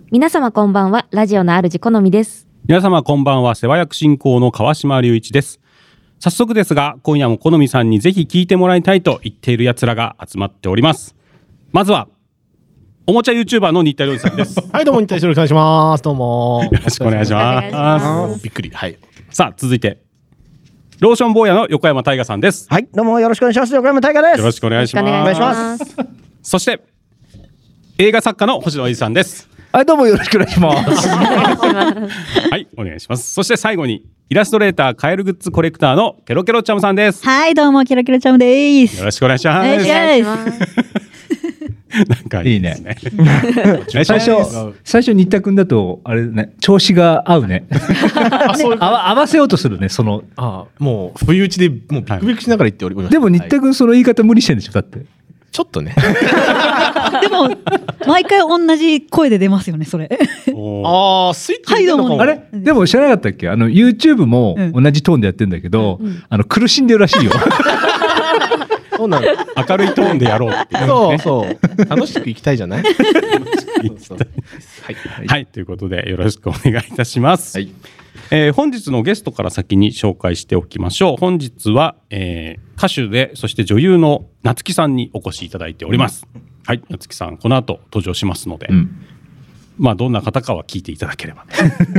皆様こんばんは。ラジオの主好みです。 皆様こんばんは。世話役進行の川島隆一です。早速ですが、今夜も好みさんにぜひ聞いてもらいたいと言っている奴らが集まっております。まずはおもちゃ YouTuber の新田亮司さんです。 はい、どうも新田亮司、お願いします。どうもよろしくお願いします。 びっくり。はい。 さあ続いてローション坊やの横山大河さんです。 はい、どうもよろしくお願いします。横山大河です。 よろしくお願いします。 お願いします。 そして映画作家の星野英二さんです。 はい、どうもよろしくお願いします。 はい、お願いします。そして最後にイラストレーターカエルグッズコレクターのケロケロチャムさんです。 はい、どうもケロケロチャムです。 よろしくお願いします。 お願いします。 なんかいいですね。 最初新田君だとあれね、調子が合うね。合わせようとするね、その。 もう不意打ちでもうビクビクしながら言っておりました。 でも新田君その言い方無理してんでしょ、だって。 ちょっとね。 でも毎回同じ声で出ますよね、それ。 スイッチ。 はい、どうも。 あれでも知らなかったっけ、YouTube も同じトーンでやってんだけど、苦しんでるらしいよ。 そうなの。 明るいトーンでやろうっていう、ね、 そう楽しくいきたいじゃない。 はい、ということでよろしくお願いいたします。はい、本日のゲストから先に紹介しておきましょう。本日は、歌手でそして女優の夏木さんにお越しいただいております。はい、夏木さんこの後登場しますので、まあどんな方かは聞いていただければ。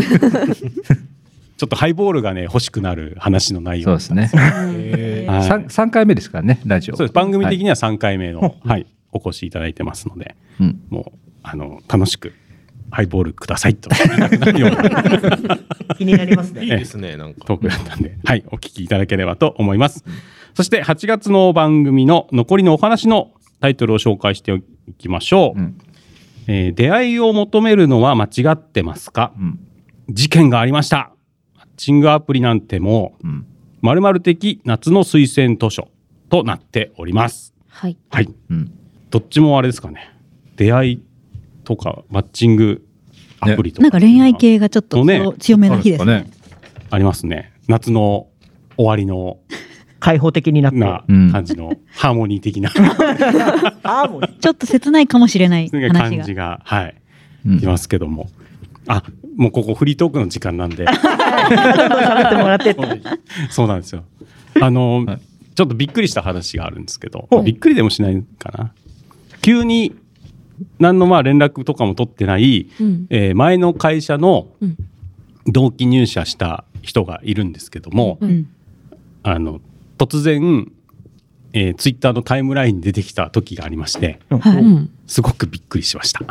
ちょっとハイボールがね欲しくなる話の内容。 そうですね。3回目ですからね、ラジオ。 そうです。番組的には3回目の、はい、お越しいただいてますので、もう楽しくハイボールくださいと言いたくなるような気になりますね。 いいですね、なんかトークだったんで、はい、お聞きいただければと思います。そして8月の番組の残りのお話のタイトルを紹介していきましょう。出会いを求めるのは間違ってますか？事件がありました。マッチングアプリなんてもう〇〇的夏の推薦図書となっております。はい、はい、どっちもあれですかね。出会いとかマッチングアプリとか、 なんか恋愛系がちょっと強めの日ですね。 ありますね。夏の終わりの開放的になった感じのハーモニー的なちょっと切ないかもしれない話が感じが、はい、いますけども、もうここフリートークの時間なんでどんどん喋ってもらってそうなんですよ。ちょっとびっくりした話があるんですけど、びっくりでもしないかな。急に何の連絡とかも取ってない、前の会社の同期入社した人がいるんですけども、突然、ツイッターのタイムラインに出てきた時がありまして、すごくびっくりしました。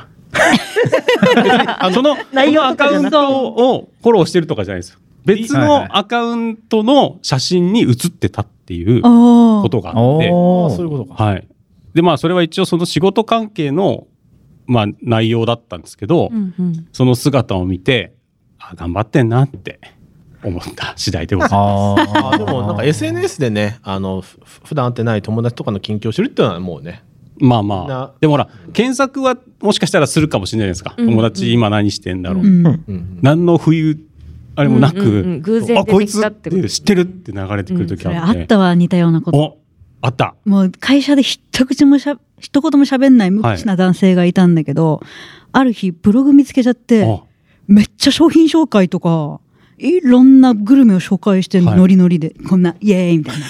そのアカウントをフォローしてるとかじゃないですよ。別のアカウントの写真に写ってたっていうことがあって、 そういうことか。 はい。でそれは一応その仕事関係の内容だったんですけど、その姿を見て頑張ってんなって思った次第でございます。 でもなんか SNS でね、普段会ってない友達とかの近況を知るっていうのはもうね、 でもほら検索はもしかしたらするかもしれないですか。友達今何してんだろう、何の冬あれもなく、 偶然こいつって知ってるって流れてくる時あって、 あったわ、似たようなこと。 あった。 もう会社で一言も喋んない無口な男性がいたんだけど、ある日ブログ見つけちゃって、めっちゃ商品紹介とかいろんなグルメを紹介してノリノリでこんなイエーイみたいな。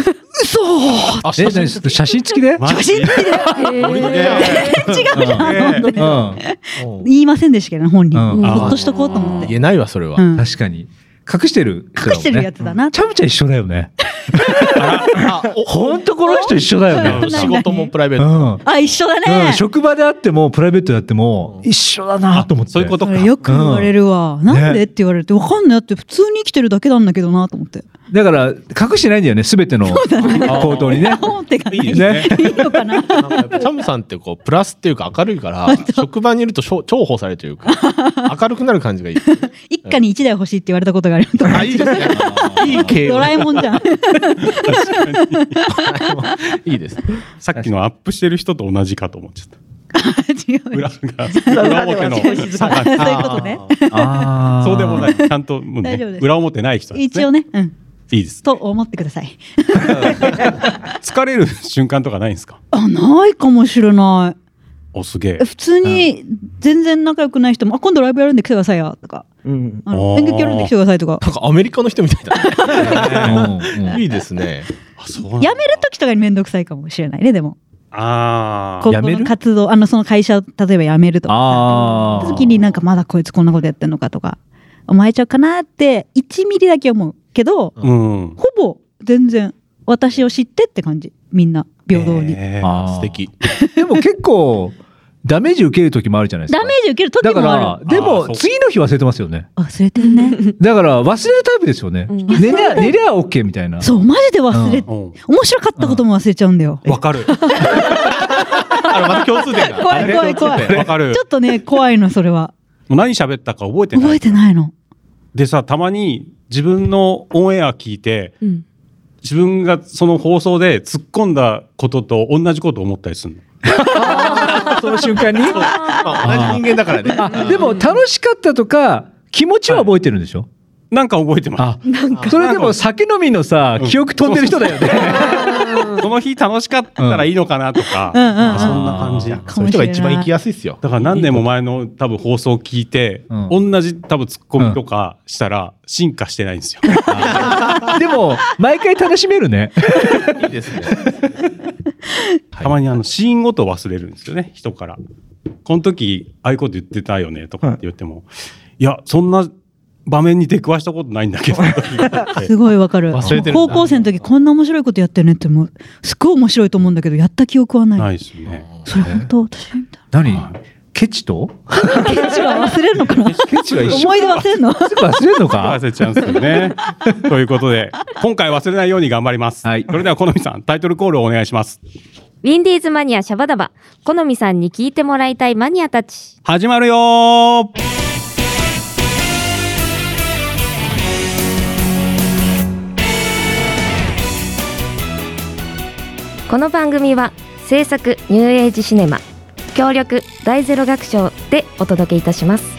嘘。写真付きで？ 写真付きで。違うじゃん。言いませんでしたけどね、本人。ほっとしとこうと思って。 言えないわそれは。 確かに隠してるやつだな。 チャムちゃん一緒だよね。本当この人一緒だよね。 仕事もプライベート。 一緒だね。 職場であってもプライベートであっても一緒だなと思って。 そういうことか。 よく言われるわ。なんでって言われて、わかんないって普通に生きてるだけなんだけどなと思って。 だから隠してないんだよね、すべての行動にね。 いいですね。 いいのかな。 チャムさんってプラスっていうか明るいから職場にいると重宝されるというか明るくなる感じがいい。 一家に一台欲しいって言われたことがある。 いいですね。いい系。 ドラえもんじゃん。 いいです。 さっきのアップしてる人と同じかと思っちゃった。 違う。 裏表のそういうことね。 そうでもない。ちゃんともうね、裏表ない人ですね。 一応ね。 いいです。 と思ってください。 疲れる瞬間とかないんですか？ ないかもしれない。 お、すげえ。 普通に全然仲良くない人も、今度ライブやるんで来てくださいよとか、演劇やるんで来てくださいとか。 なんかアメリカの人みたいだね。いいですね。 辞める時とかに面倒くさいかもしれないね、でも。 ああ。 高校の活動、その会社を例えば辞めるとか、時になんかまだこいつこんなことやってんのかとか、思われちゃうかなって1ミリだけ思うけど、ほぼ全然私を知ってって感じ、みんな平等に。 素敵。 でも結構ダメージ受ける時もあるじゃないですか。 ダメージ受ける時もある。 だからでも次の日忘れてますよね。 忘れてるね。 だから忘れるタイプですよね。寝りゃ OK みたいな。 そう、マジで忘れ、面白かったことも忘れちゃうんだよ。 わかる。 また共通点が。 怖い。 わかる。 ちょっとね、怖いの、それは。 もう何喋ったか覚えてない。 覚えてないの。 でさ、たまに自分のオンエア聞いて、自分がその放送で突っ込んだことと同じことを思ったりするの。 その瞬間に同じ人間だからね。 でも楽しかったとか気持ちは覚えてるんでしょ。 なんか覚えてます。 それでも酒飲みのさ、記憶飛んでる人だよね。 その日楽しかったらいいのかなとか、そんな感じ。 そういう人が一番生きやすいですよ。 だから何年も前の多分放送を聞いて、同じ多分ツッコミとかしたら進化してないんですよ。 でも毎回楽しめるね。 いいですね。 たまにシーンごと忘れるんですよね、人から。この時ああいうこと言ってたよねとかって言っても、いやそんな場面に出くわしたことないんだけど。 すごいわかる。 忘れてる。 高校生の時こんな面白いことやってるねってもうすっごい面白いと思うんだけどやった記憶はない。 ないですよね。 それ本当私みたいな。何？ケチと？ ケチは忘れるのかな？ ケチは一緒。 思い出忘れるの？ 忘れるのか？ 忘れちゃうんですよね。ということで今回忘れないように頑張ります。はい、それでは好みさんタイトルコールをお願いします。 ウィンディーズマニアシャバダバ、好みさんに聞いてもらいたいマニアたち。 始まるよー。 この番組は制作ニューエイジシネマ、協力大ゼロ学賞でお届けいたします。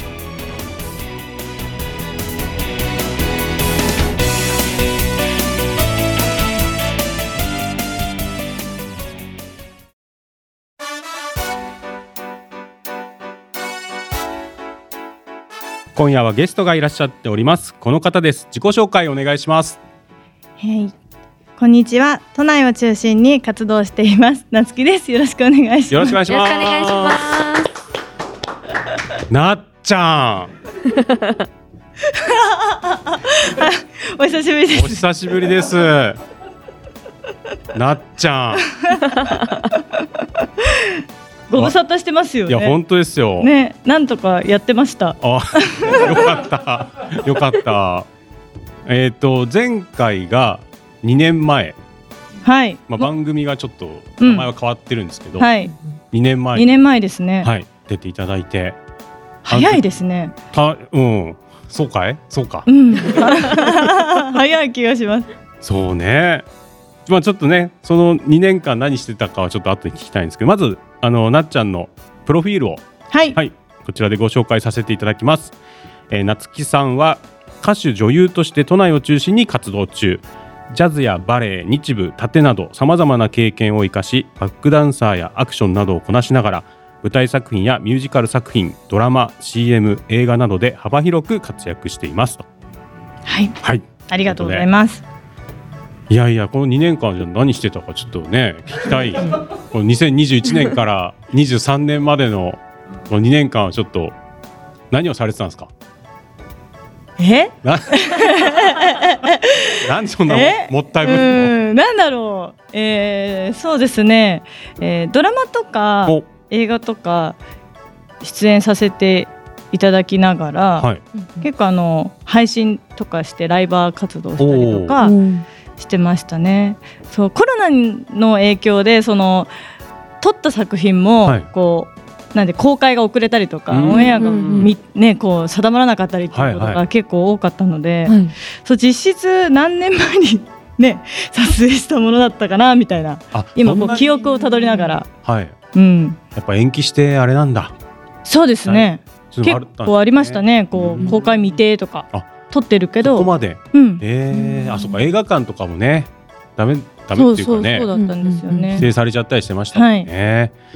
今夜はゲストがいらっしゃっております。この方です。自己紹介お願いします。 はい、こんにちは。都内を中心に活動していますなつきです。よろしくお願いします。 よろしくお願いします。 よろしくお願いします。 なっちゃんお久しぶりです。 お久しぶりです。なっちゃんご無沙汰してますよね。 いや本当ですよね、なんとかやってました。 あ、よかったよかった。前回が2年前、 はい、 番組がちょっと名前は変わってるんですけど、 はい、 2年前 2年前ですね。 はい、出ていただいて早いですね。 そうかい？そうか。 早い気がします。 そうね。ちょっとね、その2年間何してたかはちょっと後で聞きたいんですけど、まずなっちゃんのプロフィールを、はい、こちらでご紹介させていただきます。なつきさんは歌手女優として都内を中心に活動中。ジャズやバレエ、日舞、タテなどさまざまな経験を生かし、バックダンサーやアクションなどをこなしながら舞台作品やミュージカル作品、ドラマ、CM、映画などで幅広く活躍していますと。 はい、 はい、 ありがとうございます。 いやいや、この2年間じゃ何してたかちょっとね聞きたい。この2021年から23年までのこの2年間はちょっと何をされてたんですか？なんでそんなもったいぶるの？ なんだろう、そうですね、ドラマとか映画とか出演させていただきながら、はい、結構配信とかしてライバー活動したりとかしてましたね。そうコロナの影響でその撮った作品もこう、なんで公開が遅れたりとか、オンエアがこう定まらなかったりっていうことが結構多かったので、そう実質何年前にね撮影したものだったかなみたいな、今こう記憶をたどりながら、 やっぱ延期してあれなんだ。 そうですね、結構ありましたね。こう公開未定とか撮ってるけど、 ここまで、そっか、映画館とかもねダメっていうかね、 そうだったんですよね。 指定されちゃったりしてましたもんね。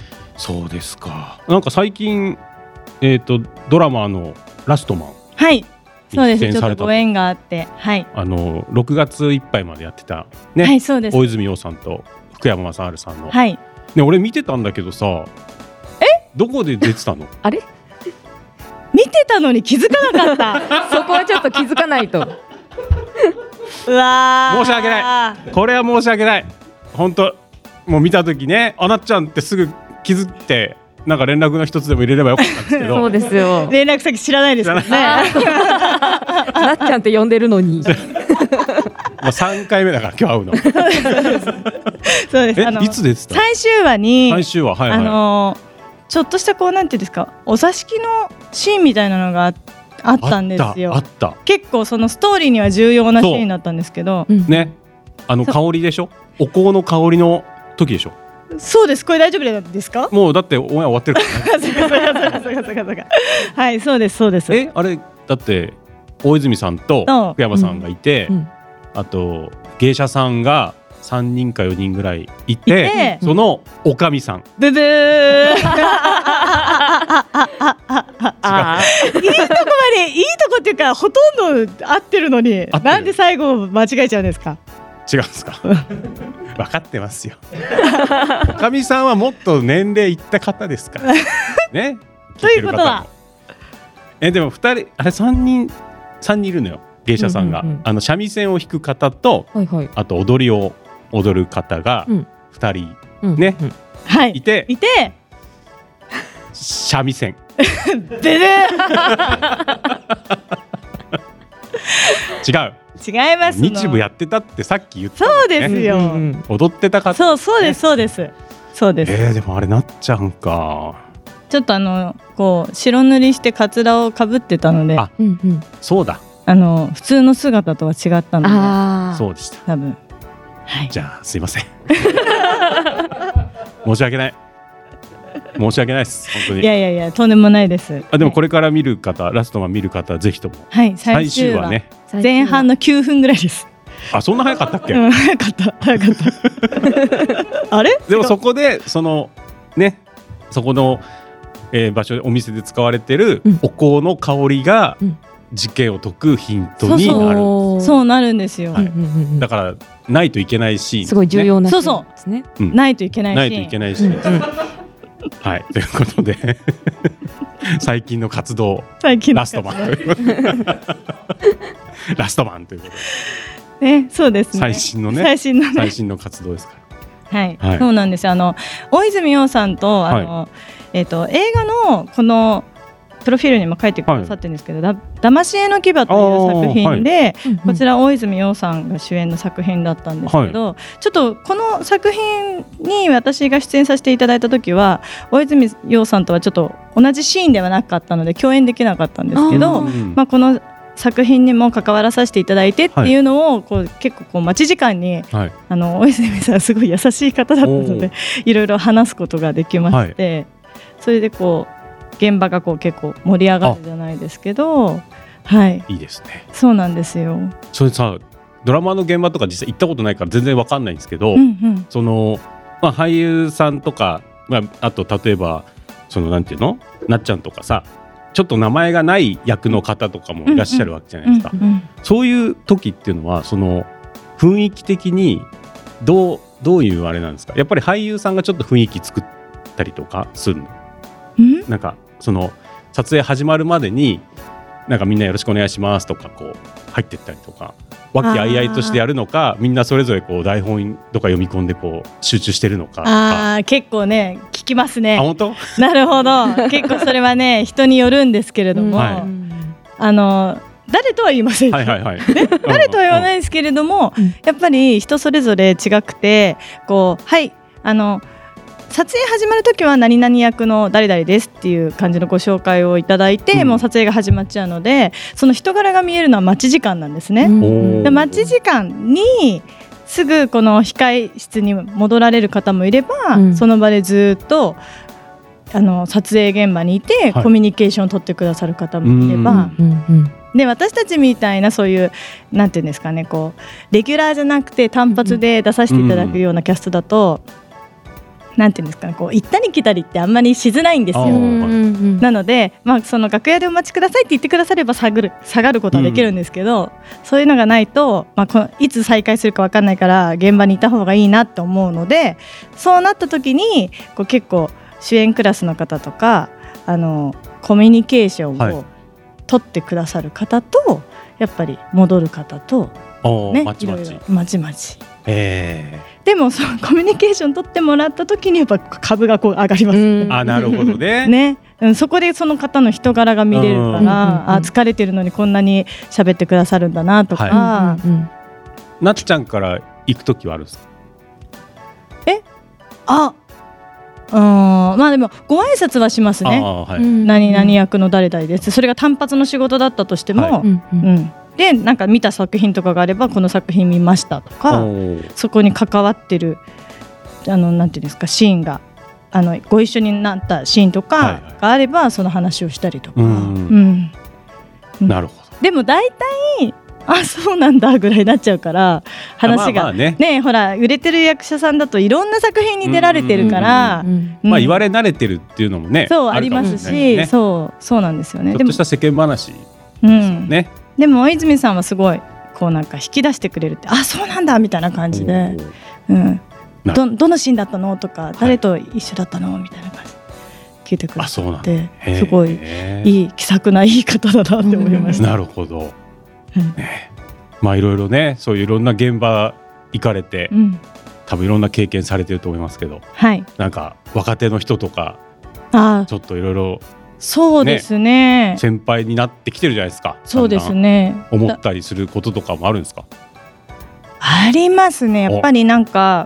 そうですか。なんか最近ドラマのラストマン、 はいそうです、 出演されたちょっとご縁があって、はい、 6月いっぱいまでやってたね、 はいそうです、 大泉洋さんと福山雅治さんの、 はいね、俺見てたんだけどさ、どこで出てたの？ あれ見てたのに気づかなかったそこはちょっと気づかないとうわ申し訳ない、これは申し訳ない、本当もう見た時ね、なっちゃんってすぐ気づいて、なんか連絡の一つでも入れればよかったんですけどそうですよ連絡先知らないですよねなっちゃんって呼んでるのにもう3回目だから今日会うのそうですいつ出てた？ 最終話に最終話、はいはい、 ちょっとしたこうなんていうんですか、お座敷のシーンみたいなのがあったんですよ。 あった結構そのストーリーには重要なシーンだったんですけど、 ね、香りでしょ、お香の香りの時でしょ。 そうです、これ大丈夫ですか？ もうだってオンエア終わってるからねはいそうですそうです。 あれだって大泉さんと福山さんがいて、あと芸者さんが3人か4人ぐらいいて、そのおかみさんブブーいいとこまで、いいとこっていうかほとんど合ってるのに、なんで最後間違えちゃうんですか？ 違うんですか分かってますよおかみさんはもっと年齢いった方ですからねということはでも2人あれ3人いるのよ、芸者さんが、三味線を弾く方と、あと踊りを踊る方が2人ね、いて三味線でね違いますの。 日舞やってたってさっき言った、 そうですよ、 踊ってた方、 そうですそうですそうです。 でもあれなっちゃうんか、 ちょっとこう白塗りしてカツラをかぶってたので、 そうだ、 普通の姿とは違ったので、 そうでした多分、はい、 じゃあすいません申し訳ないです本当に。 いやとんでもないです。 でもこれから見る方、ラストマン見る方ぜひとも、 はい最終話ね、 前半の9分ぐらいです。 そんな早かったっけ？ 早かったあれでもそこでそこの、場所でお店で使われてるお香の香りが事件を解くヒントになる。 そうなるんですよ、 だからないといけないシーン、 すごい重要なシーンですね。 ないといけないシーンはい、ということで最近の活動ラストマンというラストマンということで、ね、そうですね、 最新の活動ですから、 はい、そうなんですよ。大泉洋さんと映画のこのプロフィールにも書いてくださってるんですけど、だまし絵の牙という作品で、こちら大泉洋さんが主演の作品だったんですけど、ちょっとこの作品に私が出演させていただいた時は大泉洋さんとはちょっと同じシーンではなかったので共演できなかったんですけど、この作品にも関わらさせていただいてっていうのを結構待ち時間に、大泉さんすごい優しい方だったのでいろいろ話すことができまして、それで現場が結構盛り上がるじゃないですけど、 いいですね。 そうなんですよ。 それさ、ドラマの現場とか実際行ったことないから全然わかんないんですけど、俳優さんとか、あと例えばなんていうの、なっちゃんとかさ、ちょっと名前がない役の方とかもいらっしゃるわけじゃないですか。そういう時っていうのは雰囲気的にどういうあれなんですか？やっぱり俳優さんがちょっと雰囲気作ったりとかするの？なんか撮影始まるまでになんかみんなよろしくお願いしますとか入ってったりとか、和気あいあいとしてやるのか、みんなそれぞれ台本とか読み込んで集中してるのか。 結構ね聞きますね。 本当？なるほど結構それはね人によるんですけれども、誰とは言いません、誰とは言わないですけれども、やっぱり人それぞれ違くて撮影始まるときは何々役の誰々ですっていう感じのご紹介をいただいて、もう撮影が始まっちゃうので、その人柄が見えるのは待ち時間なんですね。で待ち時間にすぐこの控え室に戻られる方もいれば、その場でずっと撮影現場にいてコミュニケーションを取ってくださる方もいれば、で私たちみたいなそういうなんていうんですかね、レギュラーじゃなくて単発で出させていただくようなキャストだと、 なんていうんですかね、こう行ったり来たりってあんまりしづらいんですよ。なので、その楽屋でお待ちくださいって言ってくだされば下がることはできるんですけど、そういうのがないと、いつ再開するか分かんないから現場にいた方がいいなと思うので、そうなった時にこう結構主演クラスの方とかコミュニケーションを取ってくださる方と、やっぱり戻る方と、ね、 まちまちいろいろまちまち。でもそのコミュニケーション取ってもらった時にやっぱ株がこう上がりますね。 なるほどね。 ね、そこでその方の人柄が見れるから、疲れてるのにこんなに喋ってくださるんだなとか。 なっちゃんから行く時はあるんですか？ でもご挨拶はしますね。何々役の誰々です。それが単発の仕事だったとしても、でなんか見た作品とかがあればこの作品見ましたとか、そこに関わってるなんていうんですか、シーンがご一緒になったシーンとかがあればその話をしたりとか。 なるほど。 でも大体そうなんだぐらいになっちゃうから話がね、ほら売れてる役者さんだといろんな作品に出られてるから、 言われ慣れてるっていうのもね、 そうありますし、そうなんですよね。 ちょっとした世間話ですよね。 でも大泉さんはすごいこうなんか引き出してくれるって、そうなんだみたいな感じで、どのシーンだったのとか、誰と一緒だったのみたいな感じで聞いてくれて、すごいいい気さくないい方だなって思いました。 なるほど。いろいろね、そういういろんな現場行かれて、多分いろんな経験されてると思いますけど、なんか若手の人とかちょっといろいろそうですね、 先輩になってきてるじゃないですか。 そうですね。 思ったりすることとかもあるんですか？ ありますね。やっぱりなんか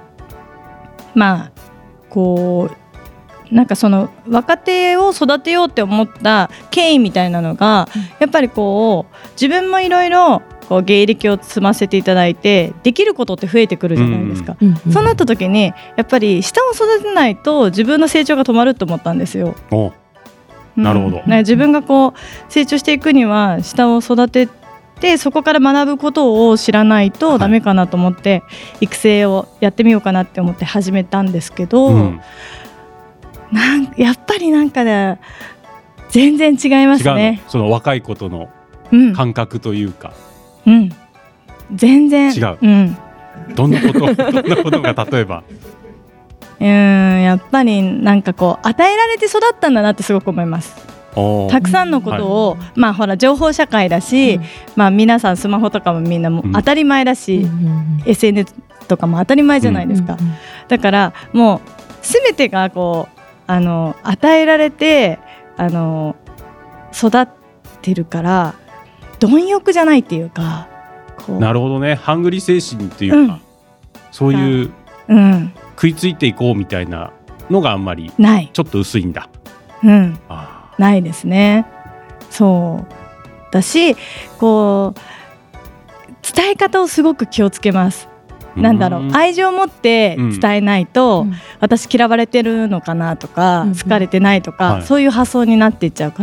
こうなんかその若手を育てようって思った経緯みたいなのが、やっぱりこう自分もいろいろ芸歴を積ませていただいてできることって増えてくるじゃないですか。そうなった時にやっぱり下を育てないと自分の成長が止まると思ったんですよ。 なるほど。 自分がこう成長していくには下を育てて、そこから学ぶことを知らないとダメかなと思って、育成をやってみようかなって思って始めたんですけど、やっぱりなんかね、全然違いますね。 その若いことの感覚というか、 全然違う。どんなことが例えばやっぱりなんかこう与えられて育ったんだなってすごく思います。たくさんのことを、ほら情報社会だし、皆さんスマホとかもみんなも当たり前だし、SNS とかも当たり前じゃないですか。だからもう全てがこう与えられて育ってるから貪欲じゃないっていうか、 なるほどね。ハングリー精神っていうか、そういう食いついていこうみたいなのがあんまりない、 ちょっと薄いんだ。 ないですね。そうだし、こう伝え方をすごく気をつけます。なんだろう、愛情を持って伝えないと、私嫌われてるのかなとか、好かれてないとか、そういう発想になっていっちゃうから。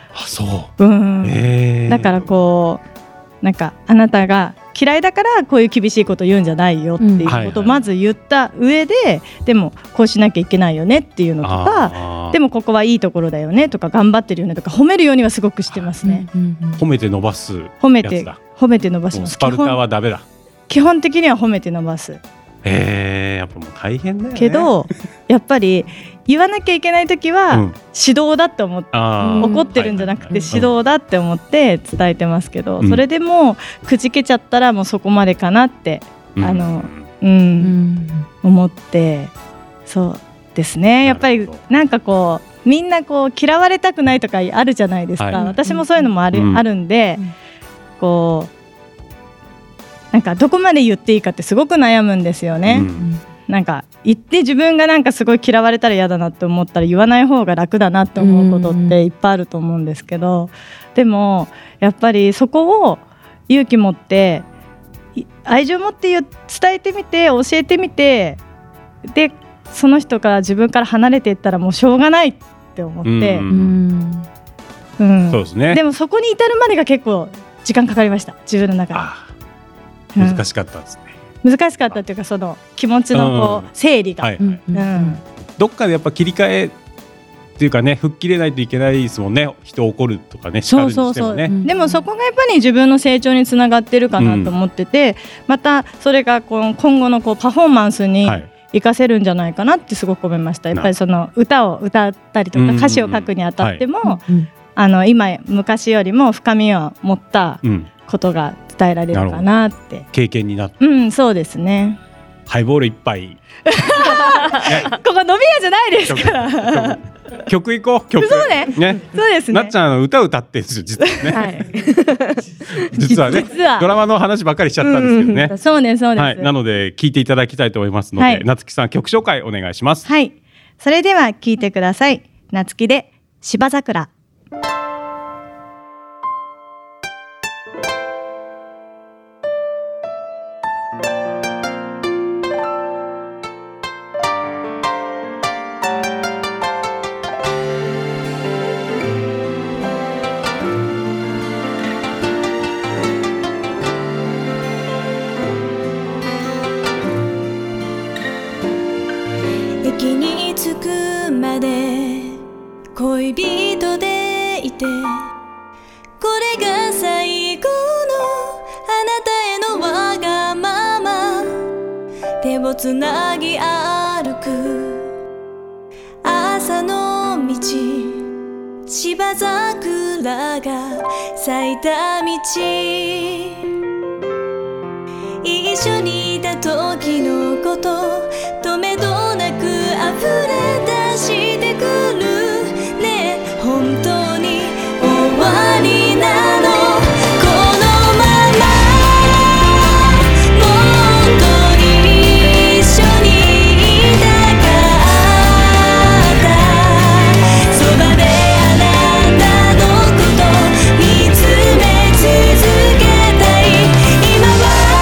だからこうなんかあなたが嫌いだからこういう厳しいこと言うんじゃないよっていうことをまず言った上で、でもこうしなきゃいけないよねっていうのとか、でもここはいいところだよねとか、頑張ってるよねとか、褒めるようにはすごくしてますね。 褒めて伸ばすやつだ。 褒めて伸ばします。 スパルタはダメだ。 基本的には褒めて伸ばす。 やっぱもう大変だよね。 けどやっぱり言わなきゃいけない時は指導だって思って、怒ってるんじゃなくて指導だって思って伝えてますけど、それでもくじけちゃったらもうそこまでかなって思って、そうですね。やっぱりなんかこうみんなこう嫌われたくないとかあるじゃないですか。私もそういうのもあるんで、こうなんかどこまで言っていいかってすごく悩むんですよね。なんか言って自分がなんかすごい嫌われたら嫌だなって思ったら言わない方が楽だなって思うことっていっぱいあると思うんですけど、でもやっぱりそこを勇気持って愛情持って伝えてみて、教えてみて、でその人が自分から離れていったらもうしょうがないって思って、 そうですね。 でもそこに至るまでが結構時間かかりました、自分の中で。 難しかったですね。 難しかったっていうかその気持ちのこう整理が、はいどっかでやっぱ切り替えっていうかね、吹っ切れないといけないですもんね。人を怒るとかね、叱るにしてもね。 でもそこがやっぱり自分の成長につながってるかなと思ってて、またそれが今後のこうパフォーマンスに活かせるんじゃないかなってすごく思いました。やっぱりその歌を歌ったりとか歌詞を書くにあたっても、今昔よりも深みを持ったことが伝えられるかなって経験になって、 そうですね。 ハイボール一杯ここ飲み屋じゃないですから曲行こう。曲そうね。そうですね。 なっちゃん歌歌ってんですよ実はね。実はね。ドラマの話ばっかりしちゃったんですけどね。 そうねそうです。 なので聞いていただきたいと思いますので、なつきさん曲紹介お願いします。 はい。それでは聞いてください。なつきで芝桜。 駅に着くまで恋人でいて、これが最後のあなたへのわがまま。手をつなぎ歩く朝の道、芝桜が咲いた道。一緒にいた時のこと止めどなく溢れ出してくるね。本当に終わりなの、このままもっと一緒にいたかった。そばであなたのこと見つめ続けたい。今は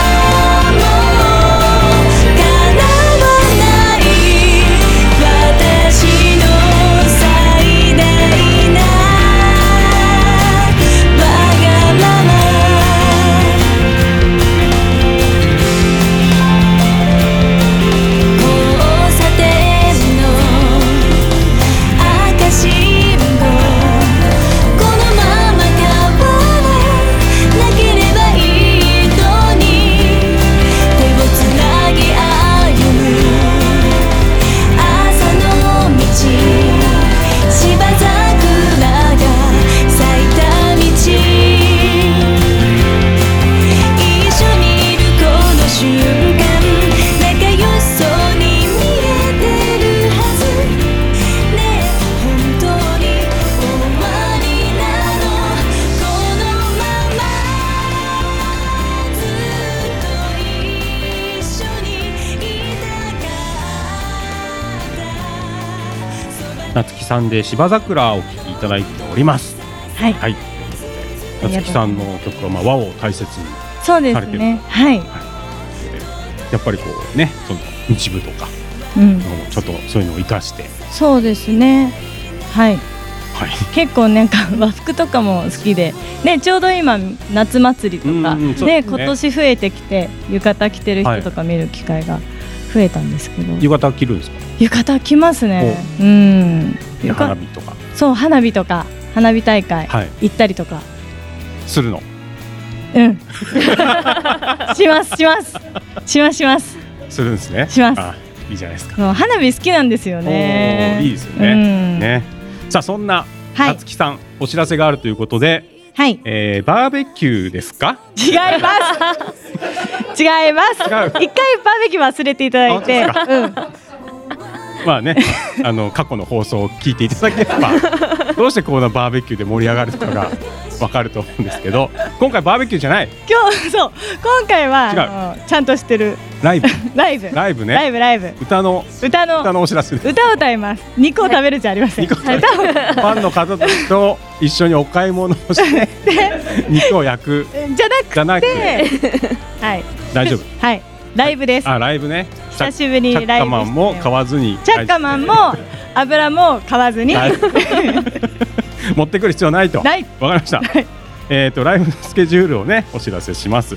なつきさんで芝桜をお聴きいただいております。 はい。 はい。なつきさんの曲は和を大切にされてる。そうですね。はい。 やっぱりこうね、その日舞とか、ちょっとそういうのを生かして。 そうですね。はい。 はい、 結構なんか和服とかも好きで、ね、ちょうど今夏祭りとか、ね、今年増えてきて浴衣着てる人とか見る機会が増えたんですけど、 浴衣着るんですか？ 浴衣着ますね。 花火とか。 そう、花火とか花火大会行ったりとかするの。 しますするんですね。 します。 いいじゃないですか。 花火好きなんですよね。 いいですよね。さあ、そんななつきさん、お知らせがあるということで、 はい、 バーベキューですか？ 違います違います。一回バーベキュー忘れていただいて、まあね、過去の放送を聞いていただければどうしてこんなバーベキューで盛り上がるのかが分かると思うんですけど、今回バーベキューじゃない。 今回はちゃんとしてるライブね。 ライブ歌のお知らせです。 歌を歌います。肉を食べるじゃありません。ファンの方たちと一緒にお買い物をして肉を焼くじゃなくて、はい、 大丈夫。 はい、ライブです。 ライブね。 久しぶりにライブ。 チャッカマンも買わずに。 チャッカマンも油も買わずに。 持ってくる必要ないと。わかりました。ライブのスケジュールをねお知らせします。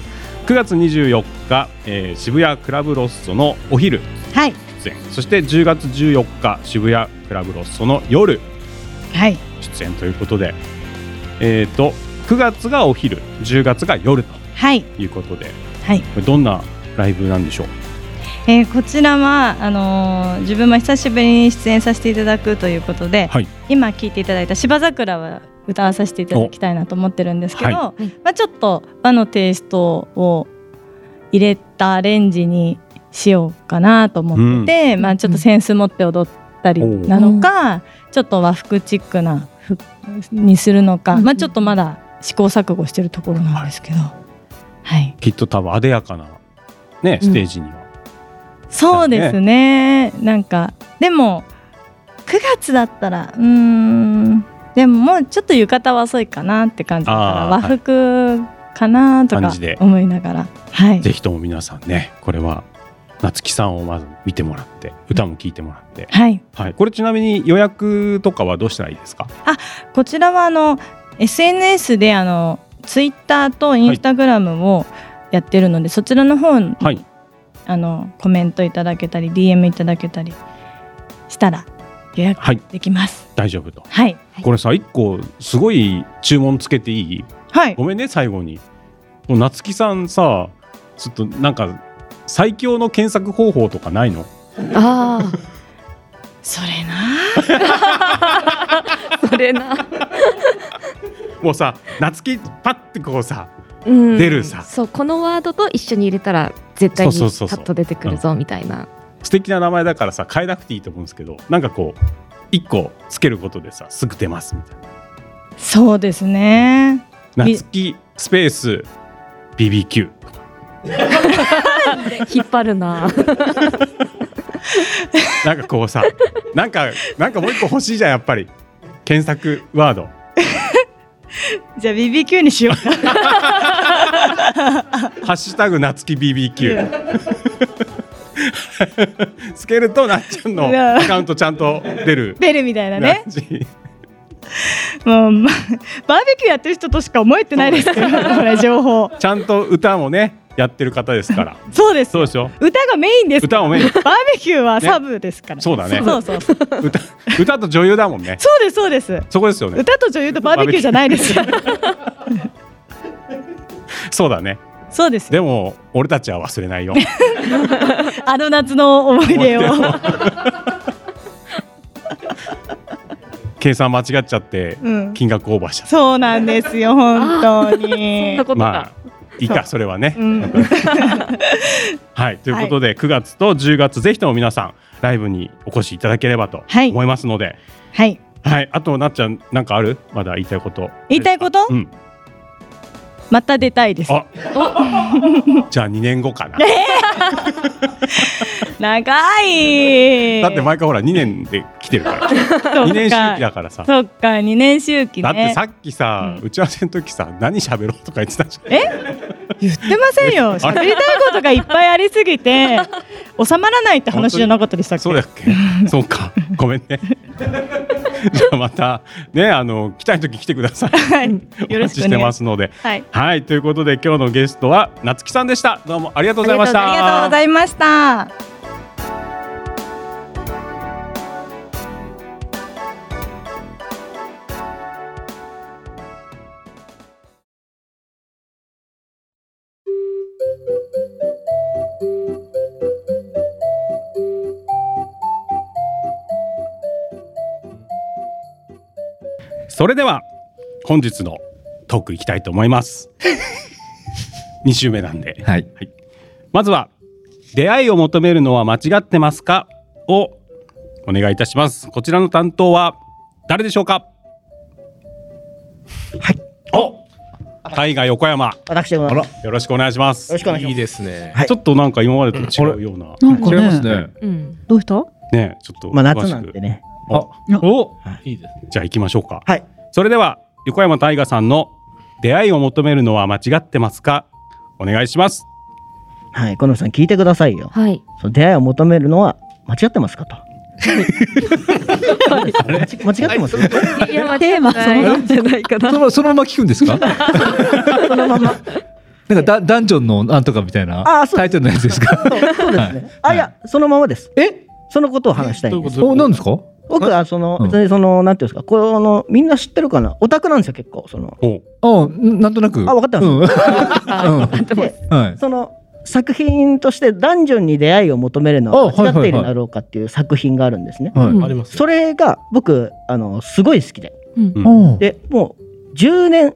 9月24日、渋谷クラブロッソのお昼はい出演、そして10月14日渋谷クラブロッソの夜はい出演ということで、9月がお昼、10月が夜とはいいうことで、 はい、 これどんなライブなんでしょう？ こちらは自分も久しぶりに出演させていただくということで、 はい、 今聴いていただいた芝桜は歌わさせていただきたいなと思ってるんですけど、 はいまあ、ちょっと和のテイストを入れたアレンジにしようかなと思ってて、まあ、ちょっとセンス持って踊ったりなのか、ちょっと和服チックな服にするのか、まあ、ちょっとまだ試行錯誤してるところなんですけど、はい、 きっと多分あでやかな、ね、ステージには、 そうですね。なんかでも9月だったらでももうちょっと浴衣は遅いかなって感じだから和服かなとか思いながら、はい、 ぜひとも皆さんね、これは夏木さんをまず見てもらって歌も聴いてもらって、 はいはい、これちなみに予約とかはどうしたらいいですか？ こちらはSNS でツイッターとインスタグラムをやってるので、そちらの方に、はい、コメントいただけたり DM いただけたりしたら予約できます、 はい、大丈夫と、 はい、 これさ1個すごい注文つけていい？ はい、 ごめんね最後に。もう夏木さんさ、ちょっとなんか最強の検索方法とかないの？ それなもうさ、夏木パッてこうさ、出るさ、 そう、このワードと一緒に入れたら絶対にパッと出てくるぞみたいな。 素敵な名前だからさ変えなくていいと思うんですけど、なんかこう1個つけることでさすぐ出ますみたいな。 そうですね。 夏木スペース BBQ 引っ張るななんかこうさ、なんかもう一個欲しいじゃん、やっぱり検索ワードじゃあ BBQ にしようかハッシュタグ夏木 BBQ つけるとなっちゃんのアカウントちゃんと出るみたいなね。もうバーベキューやってる人としか思えてないですけどこれ情報ちゃんと歌もねやってる方ですからそうですよ。 歌がメインですから。 歌もメイン。 バーベキューはサブですから、ね、 そうだね。 そう歌と女優だもんね。 そうです。 そこですよね。 歌と女優とバーベキューじゃないですよそうだね。 そうです。 でも俺たちは忘れないよ夏の思い出を計算間違っちゃって金額オーバーしちゃった、 そうなんですよ本当にまあいいかそれはね、はい、ということで、9月と10月ぜひとも皆さんライブにお越しいただければと思いますので、 はい、 はい、あとなっちゃんなんかある？まだ言いたいこと？ また出たいです。じゃあ 2年後かな。 長い。 だって毎回ほら2年で来てるから2年周期だからさ。 そっか2年周期ね。 だってさっきさ、打ち合わせの時さ何喋ろうとか言ってたじゃん。 言ってませんよ。喋りたいことがいっぱいありすぎて収まらないって話じゃなかったでしたっけ？ そうだっけそうかごめんねじゃあまたね来たい時来てください、 はい、 お待ちしてますので、 はい、 はい、ということで今日のゲストは夏木さんでした。どうもありがとうございました。 ありがとうございました。 それでは本日のトークいきたいと思います2週目なんで、 はいはい、まずは出会いを求めるのは間違ってますかをお願いいたします。こちらの担当は誰でしょうか？ はい、 大河横山、 私でございます。 よろしくお願いします。 よろしくお願いします。 いいですね、 ちょっとなんか今までと違うような、 なんかね、 違いますね、 どうしたね、ちょっと夏なんでね。 いいです。 じゃあ行きましょうか。 はい。 それでは横山大河さんの出会いを求めるのは間違ってますか？お願いします。 はい、このさん聞いてくださいよ。 はい。 その出会いを求めるのは間違ってますかと。間違ってます？ いや、テーマそのなんじゃないかな。 そのまま聞くんですか？ そのまま。 なんかダンジョンのなんとかみたいなタイトルのやつですか？ そうですね。いやそのままです。そのことを話したいんです。 何ですか？ 僕はそのなんていうんですか、このみんな知ってるかな、オタクなんですよ結構その。 なんとなく。 分かってます。その作品としてダンジョンに出会いを求めるのは間違っているだろうかっていう作品があるんですね。それが僕すごい好きで、でもう10年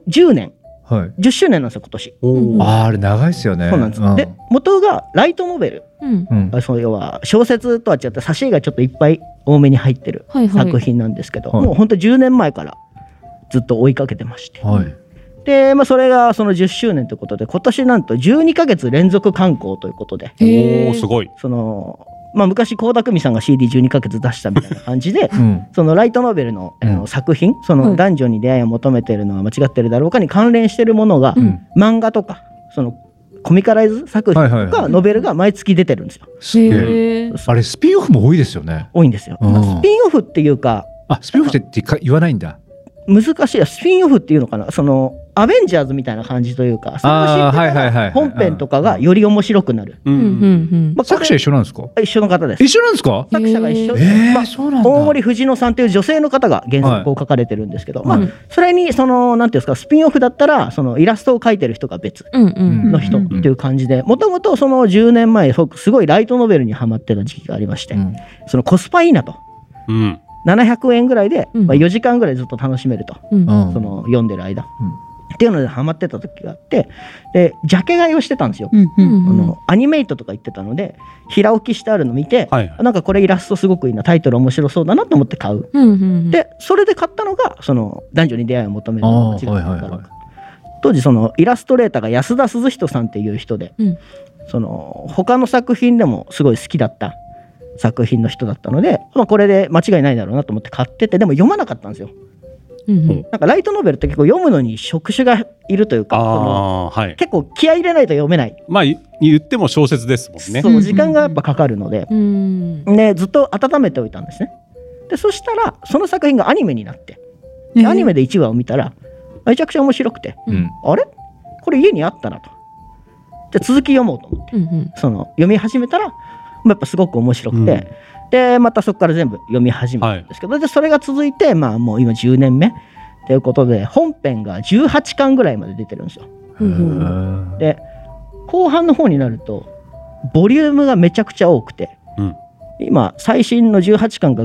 10周年なんですよ今年。 あれ長いですよね。 そうなんです。で元がライトノベル、そう要は小説とは違って挿絵がちょっといっぱい多めに入ってる作品なんですけど、もう本当10年前からずっと追いかけてまして、でそれがその10周年ということで今年なんと12ヶ月連続刊行ということで、 すごい。 その昔倖田來未さんが CD12 ヶ月出したみたいな感じで、そのライトノベルの、作品、そのダンジョンに出会いを求めているのは間違ってるだろうかに関連しているものが、漫画とかそのコミカライズ作品とかノベルが毎月出てるんですよ。 あれスピンオフも多いですよね。 多いんですよ。スピンオフっていうか、 スピンオフって言わないんだ。 難しい。スピンオフっていうのかな、そのアベンジャーズみたいな感じというか、それが知ってたら本編とかがより面白くなる。 作者一緒なんですか？ 一緒の方です。 一緒なんですか？ 作者が一緒で、大森藤野さんという女性の方が原作を書かれてるんですけど、それにそのなんていうんですか、スピンオフだったらそのイラストを描いてる人が別の人っていう感じで、もともとその10年前すごいライトノベルにハマってた時期がありまして、そのコスパいいなと。700円ぐらいで、4時間ぐらいずっと楽しめると、その読んでる間、っていうのでハマってた時があって、でジャケ買いをしてたんですよ。アニメイトとか言ってたので平置きしてあるの見て、なんかこれイラストすごくいいな、タイトル面白そうだなと思って買う。でそれで買ったのがその男女に出会いを求めるのが間違いないだろうか。当時そのイラストレーターが安田鈴人さんっていう人で、その他の作品でもすごい好きだった作品の人だったので、これで間違いないだろうなと思って買ってて、でも読まなかったんですよ。なんかライトノベルって結構読むのに職種がいるというか、結構気合い入れないと読めない。 言っても小説ですもんね。 そう時間がやっぱかかるので、ずっと温めておいたんですね。でそしたらその作品がアニメになって、アニメで1話を見たらめちゃくちゃ面白くて、あれこれ家にあったなと。じゃあ続き読もうと思って、その読み始めたらやっぱすごく面白くて、でまたそこから全部読み始めたんですけど、でそれが続いてもう今10年目ということで本編が18巻ぐらいまで出てるんですよ。で後半の方になるとボリュームがめちゃくちゃ多くて、今最新の18巻が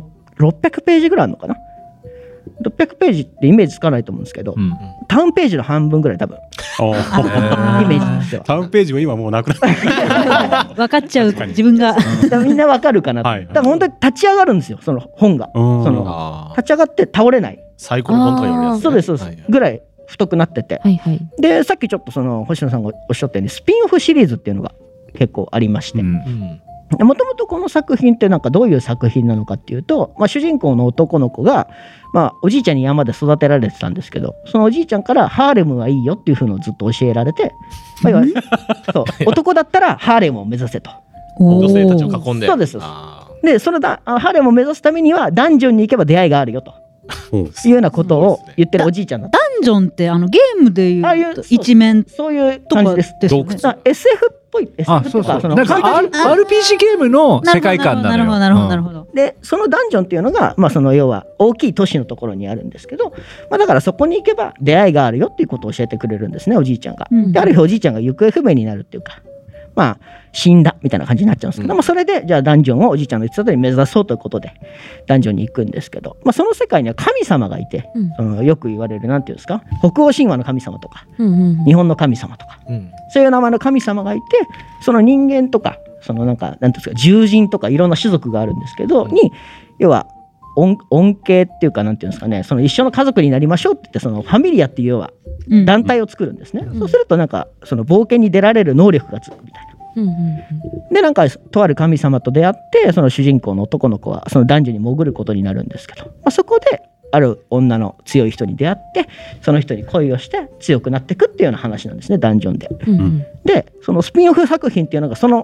600ページぐらいあるのかな。600ページってイメージつかないと思うんですけど、タウンページの半分ぐらい多分イメージとしては。 タウンページも今もうなくなって分かっちゃう自分がみんな分かるかな。だから本当に立ち上がるんですよ、その本が。その立ち上がって倒れないサイコロ本とか読むやつ。 そうですそうです、ぐらい太くなってて、でさっきちょっとその星野さんがおっしゃったようにスピンオフシリーズっていうのが結構ありまして、もともとこの作品ってなんかどういう作品なのかっていうと、主人公の男の子が、おじいちゃんに山で育てられてたんですけど、そのおじいちゃんからハーレムはいいよっていう風のをずっと教えられて、そう男だったらハーレムを目指せと。 女性たちを囲んで。 そうです。でそのハーレムを目指すためにはダンジョンに行けば出会いがあるよというようなことを言ってるおじいちゃんだった。 ダンジョンってゲームでいう一面そういう感じです。SF っぽい。SF とかなんか RPG ゲームの世界観なのよ。 なるほどなるほど。 でそのダンジョンっていうのが、その要は大きい都市のところにあるんですけど、だからそこに行けば出会いがあるよっていうことを教えてくれるんですね、おじいちゃんが。である日おじいちゃんが行方不明になるっていうか、死んだみたいな感じになっちゃうんですけど、それでじゃあダンジョンをおじいちゃんの言ってた通り目指そうということでダンジョンに行くんですけど、その世界には神様がいて、そのよく言われるなんていうんですか、北欧神話の神様とか、日本の神様とか、そういう名前の神様がいて、その人間とかそのなんていうんですか、獣人とかいろんな種族があるんですけど、に要は恩恵っていうかなんていうんですかね、その一緒の家族になりましょうって言って、そのファミリアっていう要は団体を作るんですね。そうするとなんかその冒険に出られる能力がつくみたいな。でなんかとある神様と出会って、その主人公の男の子はその男女に潜ることになるんですけど、そこである女の強い人に出会って、その人に恋をして強くなっていくっていうような話なんですね、ダンジョンで。でそのスピンオフ作品っていうのがその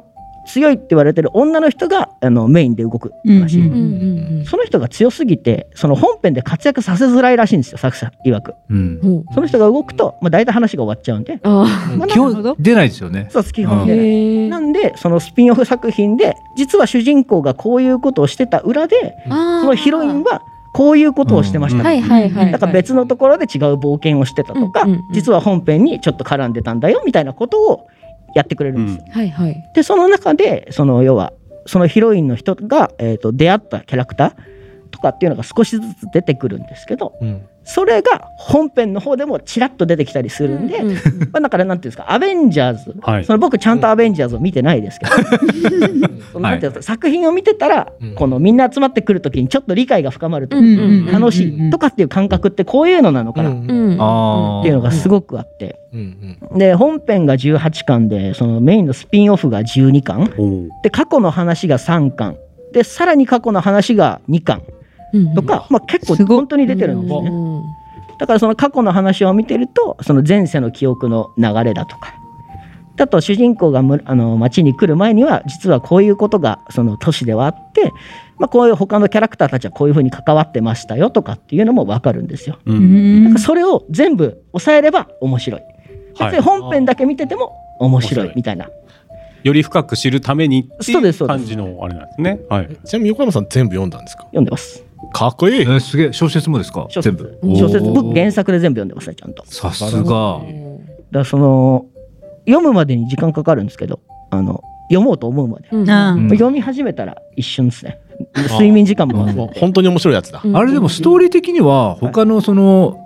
強いって言われてる女の人がメインで動くらしい、その人が強すぎてその本編で活躍させづらいらしいんですよ、作者曰く、その人が動くと、大体話が終わっちゃうんで、 基本出ないですよね。 そう、基本出ない。なんでそのスピンオフ作品で実は主人公がこういうことをしてた裏で、そのヒロインはこういうことをしてました、だから別のところで違う冒険をしてたとか、実は本編にちょっと絡んでたんだよみたいなことをやってくれるんですよ、でその中で要はそのヒロインの人が、出会ったキャラクターとかっていうのが少しずつ出てくるんですけど、それが本編の方でもちらっと出てきたりするんで、だからなんていうんですか、アベンジャーズ、僕ちゃんとアベンジャーズを見てないですけど、なんていうんですか、作品を見てたら、このみんな集まってくるときにちょっと理解が深まると楽しいとかっていう感覚ってこういうのなのかなっていうのがすごくあって、で本編が18巻でそのメインのスピンオフが12巻で、過去の話が3巻で、さらに過去の話が2巻とか、結構本当に出てるんですね。だからその過去の話を見てると、その前世の記憶の流れだとか、あと主人公が町に来る前には実はこういうことがその都市ではあって、こういう他のキャラクターたちはこういうふうに関わってましたよとかっていうのも分かるんですよ。だからそれを全部抑えれば面白い、別に本編だけ見てても面白いみたいな、 より深く知るためにっていう感じのあれなんですね。 ちなみに横山さん全部読んだんですか？ 読んでます。 かっこいい。 すげえ。小説もですか？全部。 小説、僕原作で全部読んでますね、ちゃんと。 さすが。だからその読むまでに時間かかるんですけど、読もうと思うまで、読み始めたら一瞬ですね。睡眠時間も忘れて。 本当に面白いやつだ。 あれでもストーリー的には他のその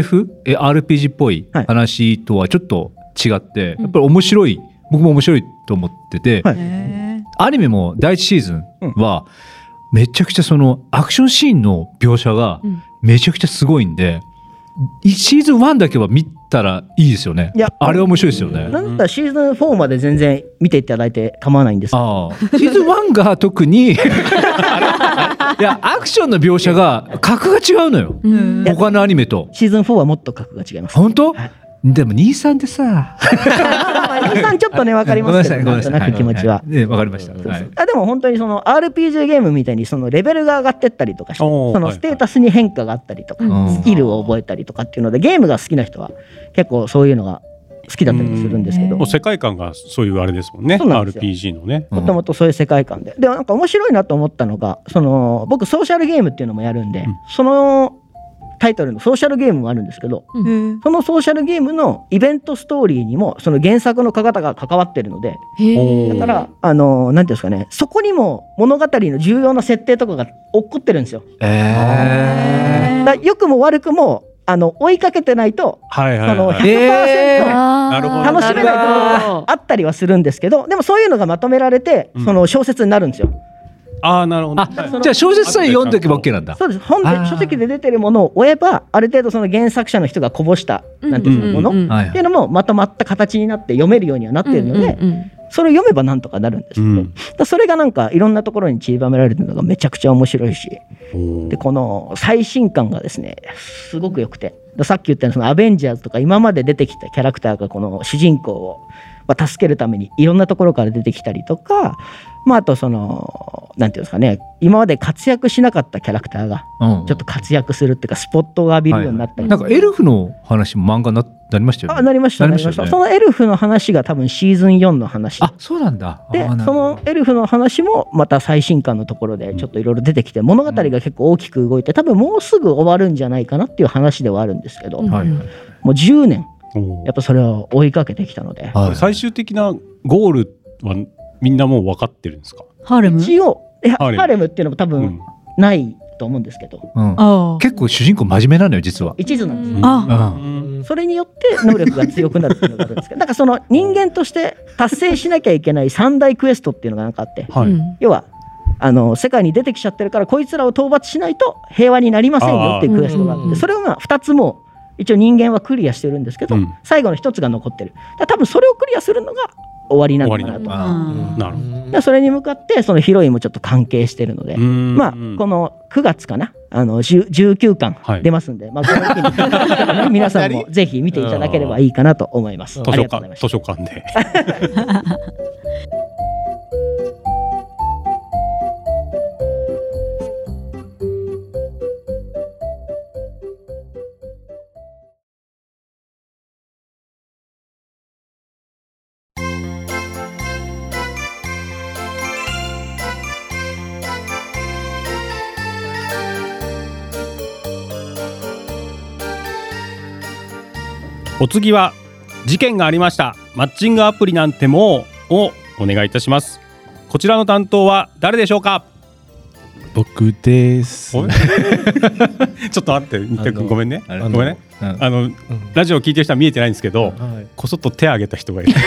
SF、RPG っぽい話とはちょっと違って、やっぱり面白い。僕も面白いと思ってて、アニメも第一シーズンはめちゃくちゃそのアクションシーンの描写がめちゃくちゃすごいんで、シーズン1だけは見たらいいですよね。あれは面白いですよね。 なんだシーズン4まで全然見ていただいて構わないんですけど、 シーズン1が特にいやアクションの描写が格が違うのよ、他のアニメと。 シーズン4はもっと格が違います。 本当？でも23でさ 23ちょっとね分かりますけど、なんとなく気持ちは分かりました。 でも本当にその RPG ゲームみたいにそのレベルが上がってったりとかして、そのステータスに変化があったりとか、スキルを覚えたりとかっていうので、ゲームが好きな人は結構そういうのが好きだったりするんですけど、 もう世界観がそういうあれですもんね。RPG のね、 もともとそういう世界観で、でもなんか面白いなと思ったのが、その僕ソーシャルゲームっていうのもやるんで、そのタイトルのソーシャルゲームもあるんですけど、そのソーシャルゲームのイベントストーリーにもその原作の方が関わってるので、だからなんていうんですかね、そこにも物語の重要な設定とかが起こってるんですよ。だ良くも悪くも追いかけてないと、その 100% 楽しめないところがあったりはするんですけど、でもそういうのがまとめられてその小説になるんですよ。 なるほど。 じゃあ小説さえ読んでおけば OK なんだ。 そうです。書籍で出てるものを追えば、ある程度その原作者の人がこぼしたなんていうものっていうのもまとまった形になって読めるようにはなっているので、それを読めばなんとかなるんですけど、それがなんかいろんなところに散りばめられてるのがめちゃくちゃ面白いし、でこの最新刊がですねすごく良くて、さっき言ったようにそのアベンジャーズとか今まで出てきたキャラクターがこの主人公を助けるためにいろんなところから出てきたりとか、あとそのなんていうんですかね、今まで活躍しなかったキャラクターがちょっと活躍するっていうか、スポットが浴びるようになったり、 なんかエルフの話も漫画になりましたよね。 なりました。そのエルフの話が多分シーズン4の話。 そうなんだ。 でそのエルフの話もまた最新刊のところでちょっといろいろ出てきて、物語が結構大きく動いて、多分もうすぐ終わるんじゃないかなっていう話ではあるんですけど、もう10年やっぱそれを追いかけてきたので、 最終的なゴールはみんなもう分かってるんですか？ ハーレム？ 一応ハーレムっていうのも多分ないと思うんですけど、 結構主人公真面目なのよ実は。 一途なんです。それによって能力が強くなるっていうのがあるんですけど、だからその人間として達成しなきゃいけない3大クエストっていうのがなんかあって、要は世界に出てきちゃってるからこいつらを討伐しないと平和になりませんよっていうクエストがあって、それを2つも一応人間はクリアしてるんですけど、最後の1つが残ってる。多分それをクリアするのが終わりなのかなと。 なるほど。 それに向かってそのヒロインもちょっと関係してるので、この9月かな、19巻出ますんで、この時に皆さんもぜひ見ていただければいいかなと思います。ありがとうございました。 図書館でお次は事件がありました。マッチングアプリなんてもうをお願いいたします。こちらの担当は誰でしょうか？ 僕です。 ちょっと待って、新田君ごめんね。ごめんね。ラジオ聞いてる人は見えてないんですけど、こそっと手を挙げた人がいる。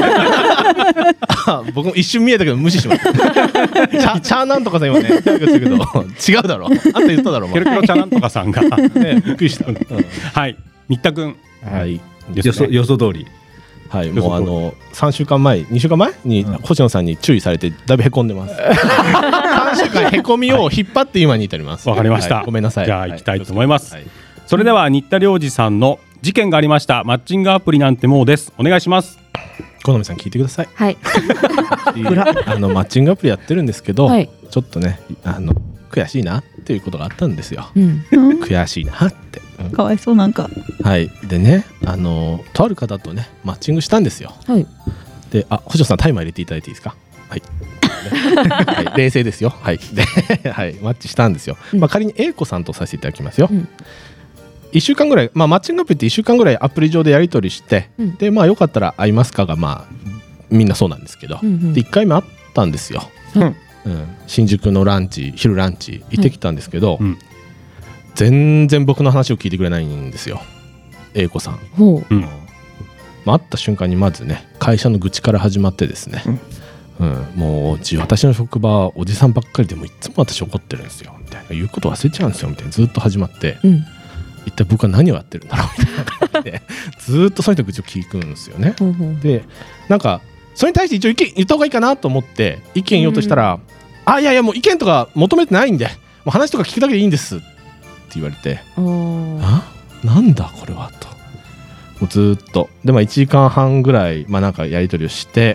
僕も一瞬見えたけど無視しました。チャーなんとかさん今ね手を挙げてるけど違うだろ。あんた言っただろ。 ケロケロチャーなんとかさんがびっくりした。 はい、新田君。 はい。 予想通り。 はい、もう2週間前に星野さんに注意されてだいぶへこんでます。3週間へこみを引っ張って今に至ります。 わかりました。 ごめんなさい。 じゃあ行きたいと思います。それでは新田良二さんの事件がありましたマッチングアプリなんてもうです。お願いします。 好みさん聞いてください。 はい。 マッチングアプリやってるんですけど、ちょっとね悔しいなっていうことがあったんですよ。悔しいなって。 かわいそうなんか。 はいでねとある方とねマッチングしたんですよ。で星野さんタイマー入れていただいていいですか？はい。冷静ですよ。はいでマッチしたんですよ。仮に A 子さんとさせていただきますよ。1週間ぐらいマッチングアプリって1週間ぐらいアプリ上でやり取りしてでよかったら会いますかがみんなそうなんですけどで1回目会ったんですよ。新宿の昼ランチ行ってきたんですけど全然僕の話を聞いてくれないんですよ A 子さん。会った瞬間にまずね会社の愚痴から始まってですねもう私の職場はおじさんばっかりでもいつも私怒ってるんですよみたいな言うこと忘れちゃうんですよみたいなずっと始まって一体僕は何をやってるんだろうみたいな感じでずっとその人の愚痴を聞くんですよね。でなんかそれに対して一応意見言った方がいいかなと思って意見言おうとしたらいやもう意見とか求めてないんでもう話とか聞くだけでいいんですって言われてなんだこれはともうずっとで1時間半ぐらいなんかやり取りをして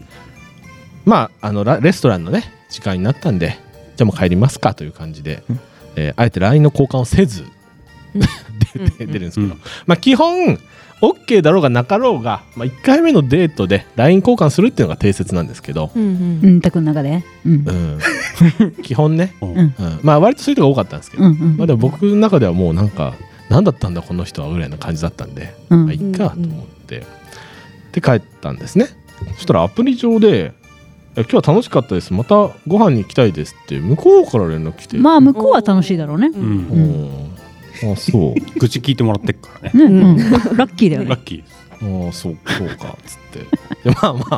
レストランのね時間になったんでじゃあもう帰りますかという感じであえて LINE の交換をせず出るんですけど基本 OK だろうがなかろうが1回目のデートで LINE 交換するっていうのが定説なんですけどたくんの中で基本ね割とそういう人が多かったんですけどでも僕の中ではもうなんか何だったんだこの人はぐらいな感じだったんでいっかと思ってで帰ったんですね。そしたらアプリ上で今日は楽しかったですまたご飯に行きたいですって向こうから連絡来て向こうは楽しいだろうね。 そう愚痴聞いてもらってっからね。 ラッキーだよね。 ラッキーです。そうかっつってで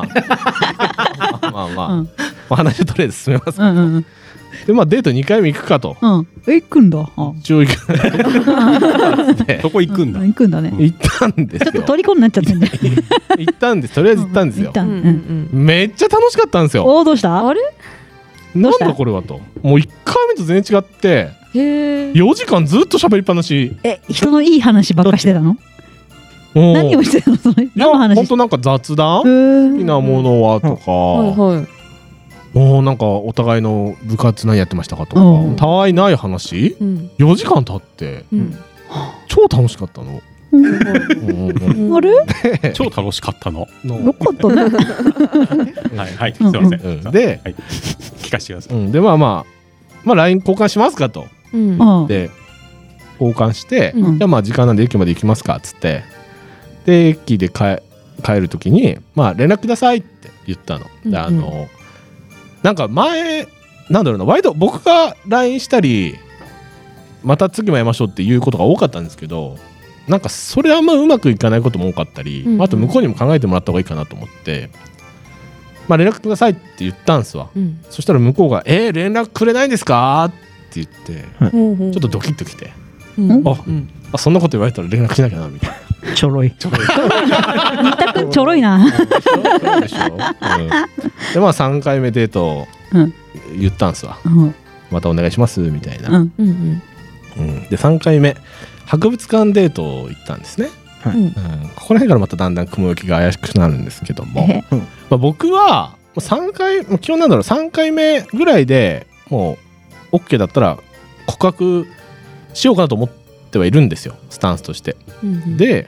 話をとりあえず進めますけどでデート2回目行くかと行くんだ。 一応行くそこ行くんだ。 行くんだね。 行ったんですよ。 ちょっと虜になっちゃってんだよ。 行ったんです。とりあえず行ったんですよ。めっちゃ楽しかったんですよ。 どうした？あれ？ なんだこれはと。もう1回目と全然違って4時間ずっと喋りっぱなし。 人のいい話ばっかしてたの？何をしてたの？それ。 いや本当なんか雑談好きなものはとかなんかお互いの部活何やってましたかとかたわいない話4時間経って超楽しかったの。 あれ？ 超楽しかったの。 よかったね。 はいすいません。 で聞かせてください。 でLINE 交換しますかとで交換してじゃあ時間なんで駅まで行きますかっつってで駅で帰る時に連絡くださいって言ったの。でなんか前なんだろうな割と僕が LINE したりまた次も会いましょうっていうことが多かったんですけどなんかそれあんまうまくいかないことも多かったりあと向こうにも考えてもらった方がいいかなと思って連絡くださいって言ったんですわ。そしたら向こうが連絡くれないんですかって言ってちょっとドキッときてそんなこと言われたら連絡しなきゃなみたいな。 ちょろい新田くんちょろいな。 でしょで3回目デート言ったんすわまたお願いしますみたいなで3回目博物館デート行ったんですね。ここら辺からまただんだん雲行きが怪しくなるんですけども僕は基本3回目ぐらいでもう OK だったら告白しようかなと思ってはいるんですよスタンスとして。で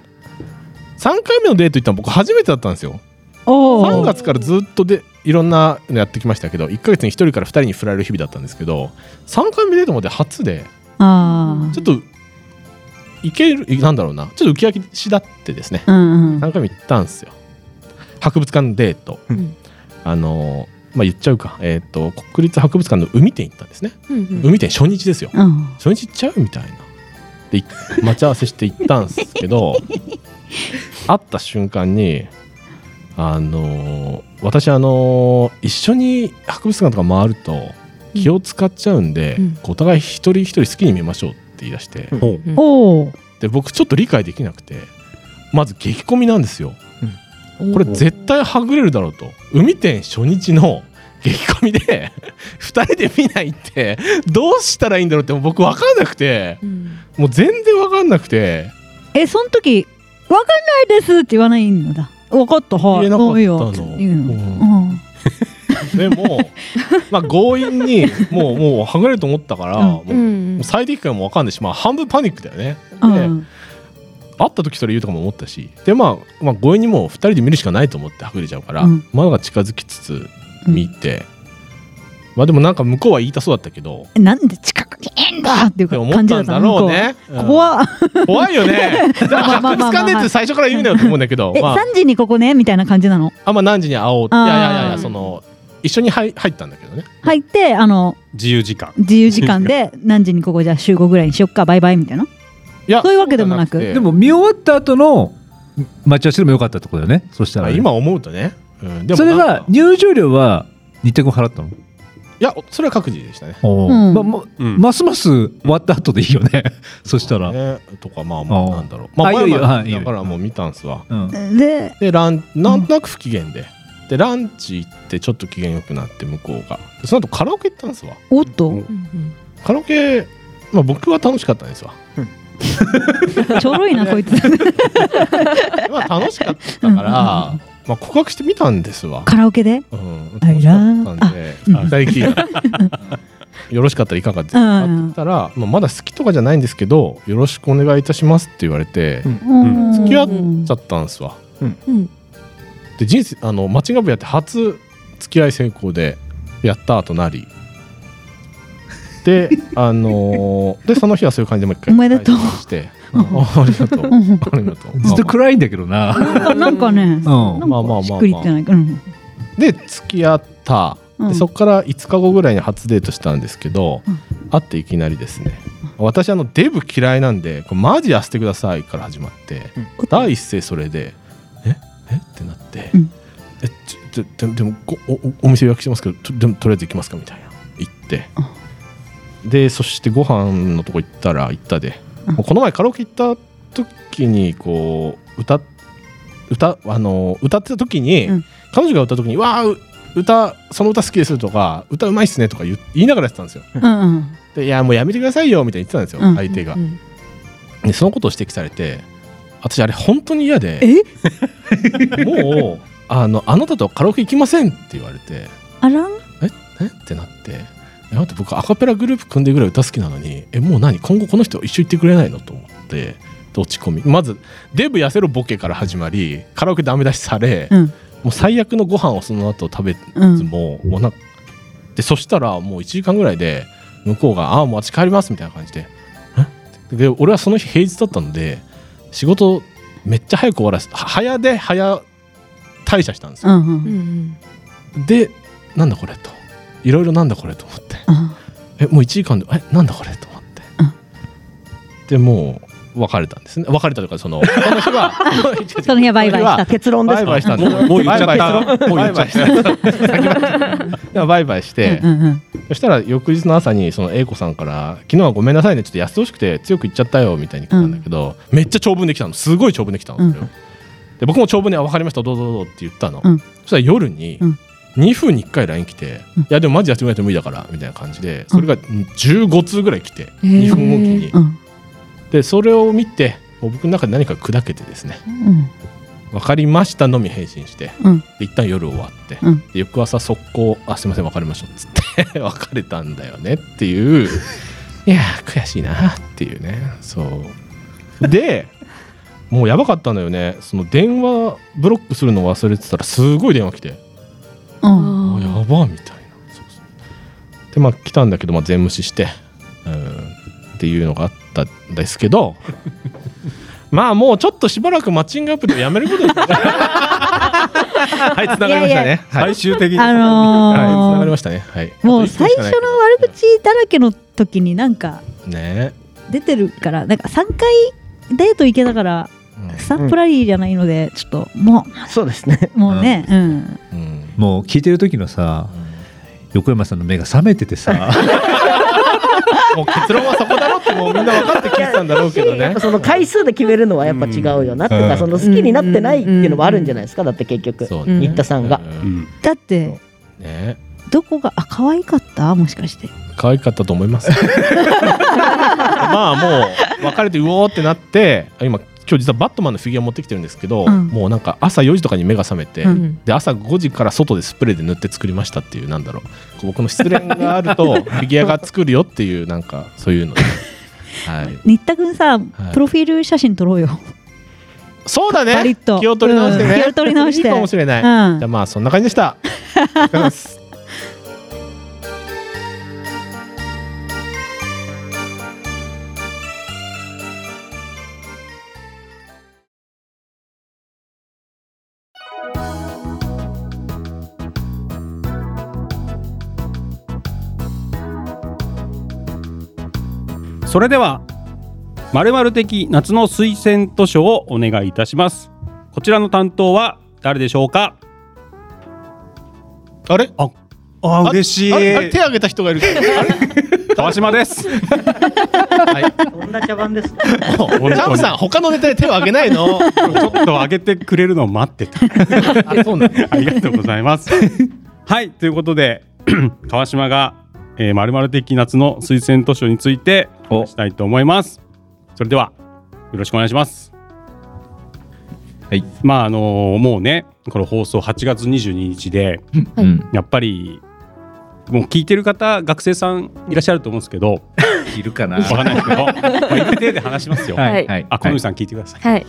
3回目のデート行ったの僕初めてだったんですよ。3月からずっといろんなのやってきましたけど1ヶ月に1人から2人に振られる日々だったんですけど3回目デートまで初でちょっと行けるなんだろうな、ちょっと浮き足立ってですね、 うんうん、 3回も行ったんですよ。博物館デート、うん、言っちゃうか、国立博物館の海展行ったんですね、うんうん、海展初日ですよ、うん、初日行っちゃうみたいなで待ち合わせして行ったんですけど会った瞬間に私一緒に博物館とか回ると気を使っちゃうんで、うん、お互い一人一人好きに見ましょうって言い出して、うん、で僕ちょっと理解できなくて、まず激混みなんですよ、うん、これ絶対はぐれるだろうと。海展初日の激混みで2人で見ないってどうしたらいいんだろうって僕分かんなくて、うん、もう全然分かんなくて、 その時分かんないですって言わないのだ。分かった、はい、 言えなかったの、でも、強引にもうはぐれると思ったから、もう最適解も分かんないし、半分パニックだよね。で、会った時それ言うとかも思ったし、で強引にもう2人で見るしかないと思ってはぐれちゃうから、窓が近づきつつ見て、でもなんか向こうは言いたそうだったけど、 なんで近くにいんだっていう感じだったんだろうね。 怖いよね。博物館でって最初から言うなよと思うんだけど、 3時にここねみたいな感じなの。 何時に会おうって。いや一緒に入ったんだけどね。 入って自由時間で何時にここじゃあ集合ぐらいにしよっかバイバイみたいな。いやそういうわけでもなく、 でも見終わった後の待ち合わせでもよかったってことだよね。そしたら今思うとね、 でもそれが入場料は日程後払ったの？ いやそれは各自でしたね。 ますます終わった後でいいよねそしたらとかなんだろう、だからもう見たんすわ。でなんとなく不機嫌でランチ行ってちょっと機嫌よくなって向こうが、その後カラオケ行ったんですわ。 おっと、 カラオケ僕は楽しかったんですわ。 ちょろいなこいつ楽しかったから告白してみたんですわ。 カラオケで、 楽しかったんで最近よろしかったらいかがですかって言ったら、まだ好きとかじゃないんですけどよろしくお願いいたしますって言われて、付き合っちゃったんですわ。で人生マッチングアプリやって初付き合い成功でやったとなりででその日はそういう感じでもう一回おめでとうしてありがとうありがとう。 ずっと暗いんだけどななんかねしっくりいってないで付き合った。でそこから5日後ぐらいに初デートしたんですけど、会っていきなりですね、私デブ嫌いなんでこれマジ痩せてくださいから始まって、第一声それでってなって、でもお店予約してますけどでもとりあえず行きますかみたいな言って、でそしてご飯のとこ行ったで、この前カラオケ行った時にこう歌ってた時に、彼女が歌った時にわーその歌好きですとか歌うまいっすねとか言いながらやってたんですよ。でいやもうやめてくださいよみたいに言ってたんですよ、相手が。でそのことを指摘されて、私あれ本当に嫌でもうあなたとカラオケ行きませんって言われて、 あらんってなって、待って僕アカペラグループ組んでぐらい歌好きなのにもう何今後この人一緒行ってくれないのと思って落ち込み、まずデブ痩せろボケから始まりカラオケダメ出しされ、もう最悪のご飯をその後食べずもうでそしたらもう1時間ぐらいで向こうがもうあっち帰りますみたいな感じで俺はその日平日だったので仕事めっちゃ早く終わらせて早退社したんですよ。でなんだこれといろいろなんだこれと思ってもう1時間でなんだこれと思ってでもう別れたんですね。別れたというかその日はその日はバイバイした結論ですか。 バイバイしたんでもう言っちゃったバイバイしてそしたら翌日の朝にその A 子さんから昨日はごめんなさいねちょっと痩せてほしくて強く言っちゃったよみたいに来たんだけど、めっちゃ長文で来たの。すごい長文で来たんですよ。で僕も長文で分かりましたどうぞって言ったの。そしたら夜に2分に1回 LINE 来て、いやでもマジやってくれないと無理だからみたいな感じで、それが15通ぐらい来て2分おきにでそれを見てもう僕の中で何か砕けてですね、分かりましたのみ返信して、で一旦夜終わって、で翌朝速攻すいません分かりましたっつって別れたんだよねっていういや悔しいなっていうね。そうでもうやばかったんだよね。その電話ブロックするの忘れてたらすごい電話来て、やばみたいな。そうで来たんだけど全無視してっていうのがあってったんですけどまあもうちょっとしばらくマッチングアプリをやめることにはい繋がりましたね。 最終的にはい繋がりましたね。はい。 もう最初の悪口だらけの時になんかね出てるからなんか3回デート行けたからスタンプラリーじゃないのでちょっともうそうですね。 もうねもう聞いてる時のさ横山さんの目が覚めててさもう結論はそこだろってもうみんな分かって聞いてたんだろうけどね。 その回数で決めるのはやっぱ違うよなっていうか、その好きになってないっていうのもあるんじゃないですか。だって結局新田さんがだってどこが可愛かったもしかして可愛かったと思いますまあもう別れてうおーってなって今日実はバットマンのフィギュア持ってきてるんですけど、もうなんか朝4時とかに目が覚めて、で朝5時から外でスプレーで塗って作りましたっていうなんだろう僕の失恋があるとフィギュアが作るよっていうなんかそういうので、 新田くんさ、プロフィール写真撮ろうよ。 そうだね。気を取り直してね。 気を取り直していいかもしれない。じゃあまあそんな感じでした。 それでは〇〇的夏の推薦図書をお願いいたします。こちらの担当は誰でしょうか。 あれ嬉しい。 あれ手挙げた人がいる。 川島です。 はい。こんな茶番です。チャンさん他のネタで手を挙げないの。 ちょっと挙げてくれるのを待ってた。ありがとうございます。はい、ということで川島が〇〇的夏の推薦図書について話したいと思います。それではよろしくお願いします。 はい。 まあもうねこれ放送8月22日で、やっぱりもう聞いてる方学生さんいらっしゃると思うんですけどいるかなわかんないですけど、まあ、一定で話しますよ。 はい。 小野さん聞いてください。 はい。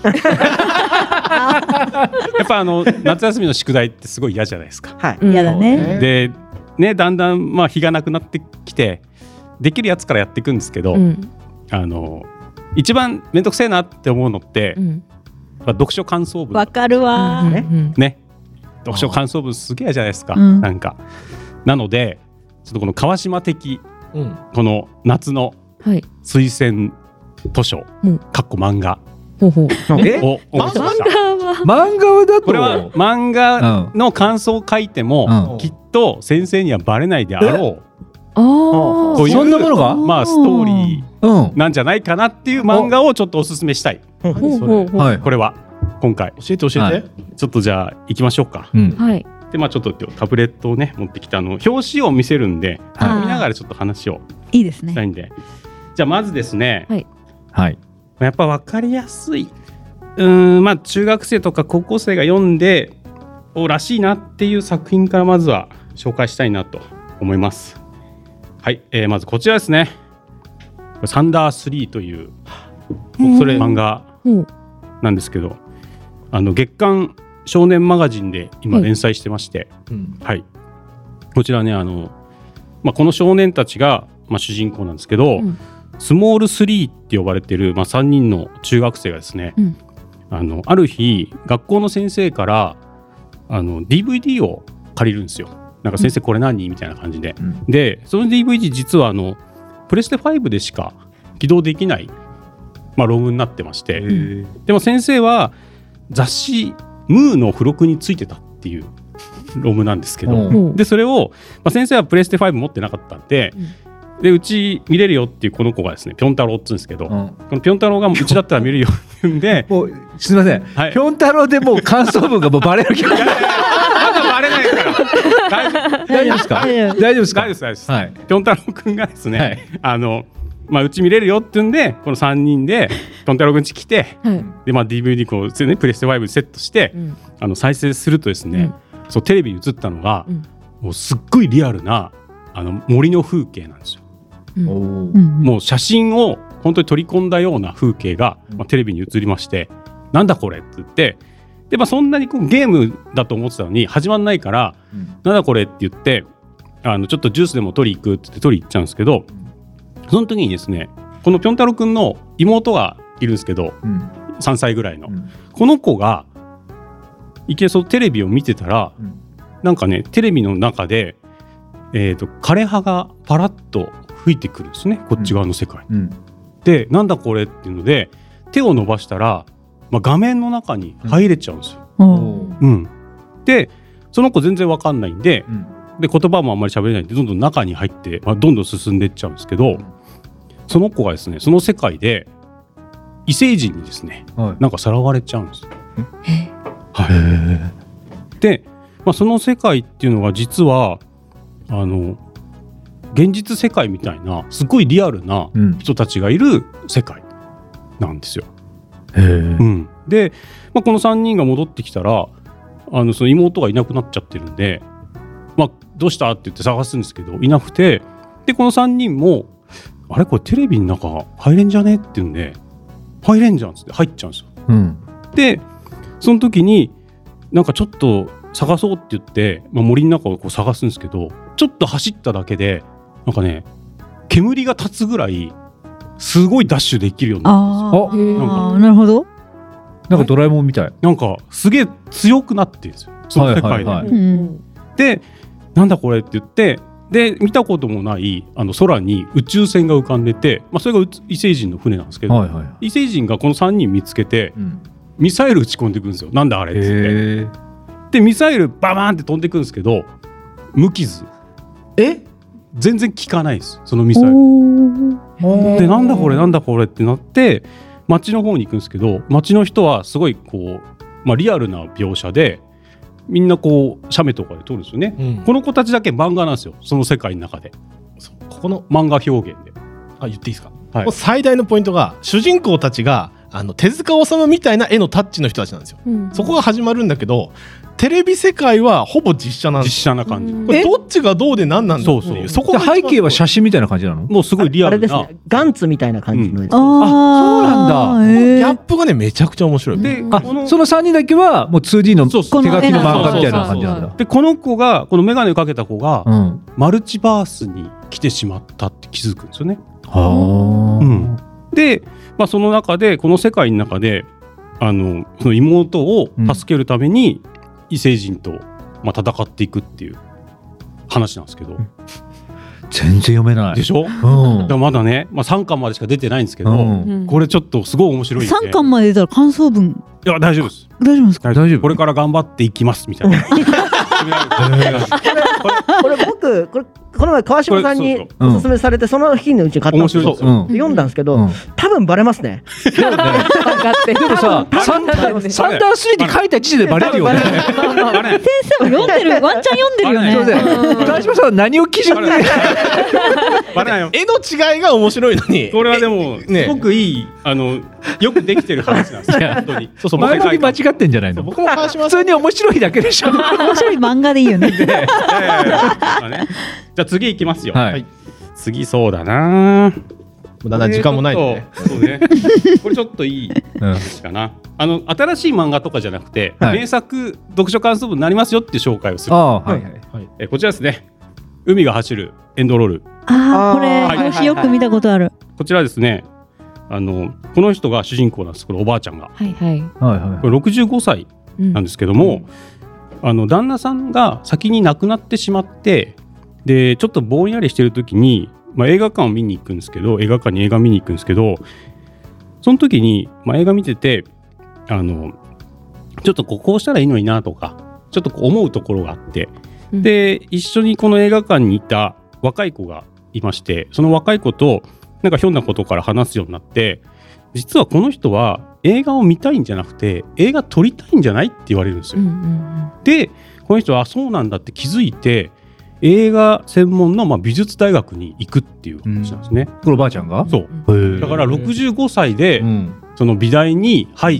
やっぱ夏休みの宿題ってすごい嫌じゃないですか。 はい。 嫌だね。 でね、だんだんまあ日がなくなってきてできるやつからやっていくんですけど、一番めんどくせえなって思うのって、読書感想文。 わかるわね、読書感想文すげえじゃないですか、なんかなのでちょっとこの川島的、この夏の推薦図書、かっこ漫画をお持ちしました。 漫画だとこれは漫画の感想を書いても、きっと先生にはバレないであろうというそんなものがまあストーリーなんじゃないかなっていう漫画をちょっとおすすめしたい。これは今回教えてちょっとじゃあ行きましょうか。でまあちょっとタブレットをね持ってきた表紙を見せるんで見ながらちょっと話をしたいんで、じゃあまずですね、やっぱ分かりやすいまあ中学生とか高校生が読んでらしいなっていう作品からまずは紹介したいなと思います。はい、まずこちらですね。これサンダー3というそれ漫画なんですけど、月刊少年マガジンで今連載してまして、こちらねまあ、この少年たちが、まあ、主人公なんですけど、スモール3って呼ばれてる、まあ、3人の中学生がですね、ある日学校の先生からDVD を借りるんですよ。なんか先生これ何みたいな感じで、でその DVD 実はプレステ5でしか起動できない、まあ、ロムになってまして、でも先生は雑誌ムーの付録についてたっていうロムなんですけど、でそれを、まあ、先生はプレステ5持ってなかったんで、でうち見れるよっていうこの子がですねぴょん太郎っつうんですけど、このぴょん太郎がうちだったら見れるよって言うんでもうすみません、ぴょん太郎でもう感想文がもうバレる気がまだバレないから大丈夫ですか？大丈夫ですか？ 大丈夫です。ぴょん太郎くんがですね、まあ、うち見れるよって言うんでこの3人でぴょん太郎くん家来て、でまあ DVD こう、ね、プレステ5でセットして、再生するとですね、そうテレビに映ったのが、もうすっごいリアルな森の風景なんですよ。もう写真を本当に取り込んだような風景が、まあ、テレビに映りまして、なんだこれって言って、で、まあ、そんなにこうゲームだと思ってたのに始まんないから、なんだこれって言ってちょっとジュースでも取り行くって言って取り行っちゃうんですけど、その時にですねこのぴょん太郎くんの妹がいるんですけど、3歳ぐらいの、この子が一見そのテレビを見てたら、なんかねテレビの中で、枯葉がパラッと吹いてくるんですね、こっち側の世界、でなんだこれっていうので手を伸ばしたら、画面の中に入れちゃうんですよ、でその子全然わかんないんで、で言葉もあんまり喋れないんでどんどん中に入って、どんどん進んでいっちゃうんですけど、その子がですねその世界で異星人にですね、なんかさらわれちゃうんですよ。で、その世界っていうのが実は現実世界みたいなすごいリアルな人たちがいる世界なんですよ。で、この3人が戻ってきたらその妹がいなくなっちゃってるんで、どうしたって言って探すんですけどいなくて、でこの3人もあれこれテレビの中入れんじゃねって言うんで入れんじゃんっつって入っちゃうんですよ。でその時になんかちょっと探そうって言って、森の中をこう探すんですけど、ちょっと走っただけでなんかね煙が立つぐらいすごいダッシュできるようになるんですよ。 なるほど。 なんかドラえもんみたい。 なんかすげえ強くなってるんですよ、その世界で。でなんだこれって言ってで見たこともない空に宇宙船が浮かんでて、それが異星人の船なんですけど、異星人がこの3人見つけて、ミサイル撃ち込んでいくんですよ。なんだあれって言ってでミサイルババーンって飛んでいくんですけど無傷。全然効かないです、そのミサイルで。なんだこれなんだこれってなって街の方に行くんですけど、街の人はすごいこう、リアルな描写でみんなこう写メとかで撮るんですよね、この子たちだけ漫画なんですよ、その世界の中で。 ここの漫画表現で言っていいですか、最大のポイントが主人公たちが手塚治虫みたいな絵のタッチの人たちなんですよ、そこが始まるんだけど、テレビ世界はほぼ実写なんです。 実写な感じ。 これどっちがどうで何なんだっていう。 そこが背景は写真みたいな感じなの？ もうすごいリアルな。 あれですね。ガンツみたいな感じのやつ。 そうなんだ。 ギャップがねめちゃくちゃ面白い。 で、その3人だけはもう 2D の手書きの漫画みたいな感じなんだ。 でこの子がこの眼鏡をかけた子がマルチバースに来てしまったって気づくんですよね。で、その中でこの世界の中でその妹を助けるために異星人と戦っていくっていう話なんですけど、 全然読めないでしょ、だまだね、3巻までしか出てないんですけど、これちょっとすごい面白いんで 3巻まで出たら感想文いや大丈夫です。 大丈夫ですか？ 大丈夫。これから頑張っていきますみたいなこれ僕この前川島さんにおすすめされてその日のうちに買ったんですよ、読んだんですけど、多分バレますね。 でもさサンダー3に書いた時点でバレるよね。 先生も読んでる、ワンチャン読んでるよね。 川島さんは何を基準にバレないよ。 絵の違いが面白いのに、 これはでもすごくいいよくできてる話なんですよ。本当に。 前書き間違ってんじゃないの？僕も川島普通に面白いだけでしょ。 面白い漫画でいいよね。 じゃあ次いきますよ。次そうだな。 だんだん時間もないね。 これちょっといいですかな。新しい漫画とかじゃなくて名作読書感想文になりますよっていう紹介をする。こちらですね。海が走るエンドロール。 これ表紙よく見たことある。 こちらですね。この人が主人公なんです。これおばあちゃんが。これ65歳なんですけども、旦那さんが先に亡くなってしまって、でちょっとぼんやりしてる時に、映画館を見に行くんですけど、映画館に映画見に行くんですけど、その時に、映画見ててちょっとこうしたらいいのになとかちょっと思うところがあって、で一緒にこの映画館にいた若い子がいまして、その若い子となんかひょんなことから話すようになって、実はこの人は映画を見たいんじゃなくて映画撮りたいんじゃないって言われるんですよ。でこの人はそうなんだって気づいて映画専門の美術大学に行くっていう話なんですね。 このばあちゃんがそうだから65歳でその美大に入って、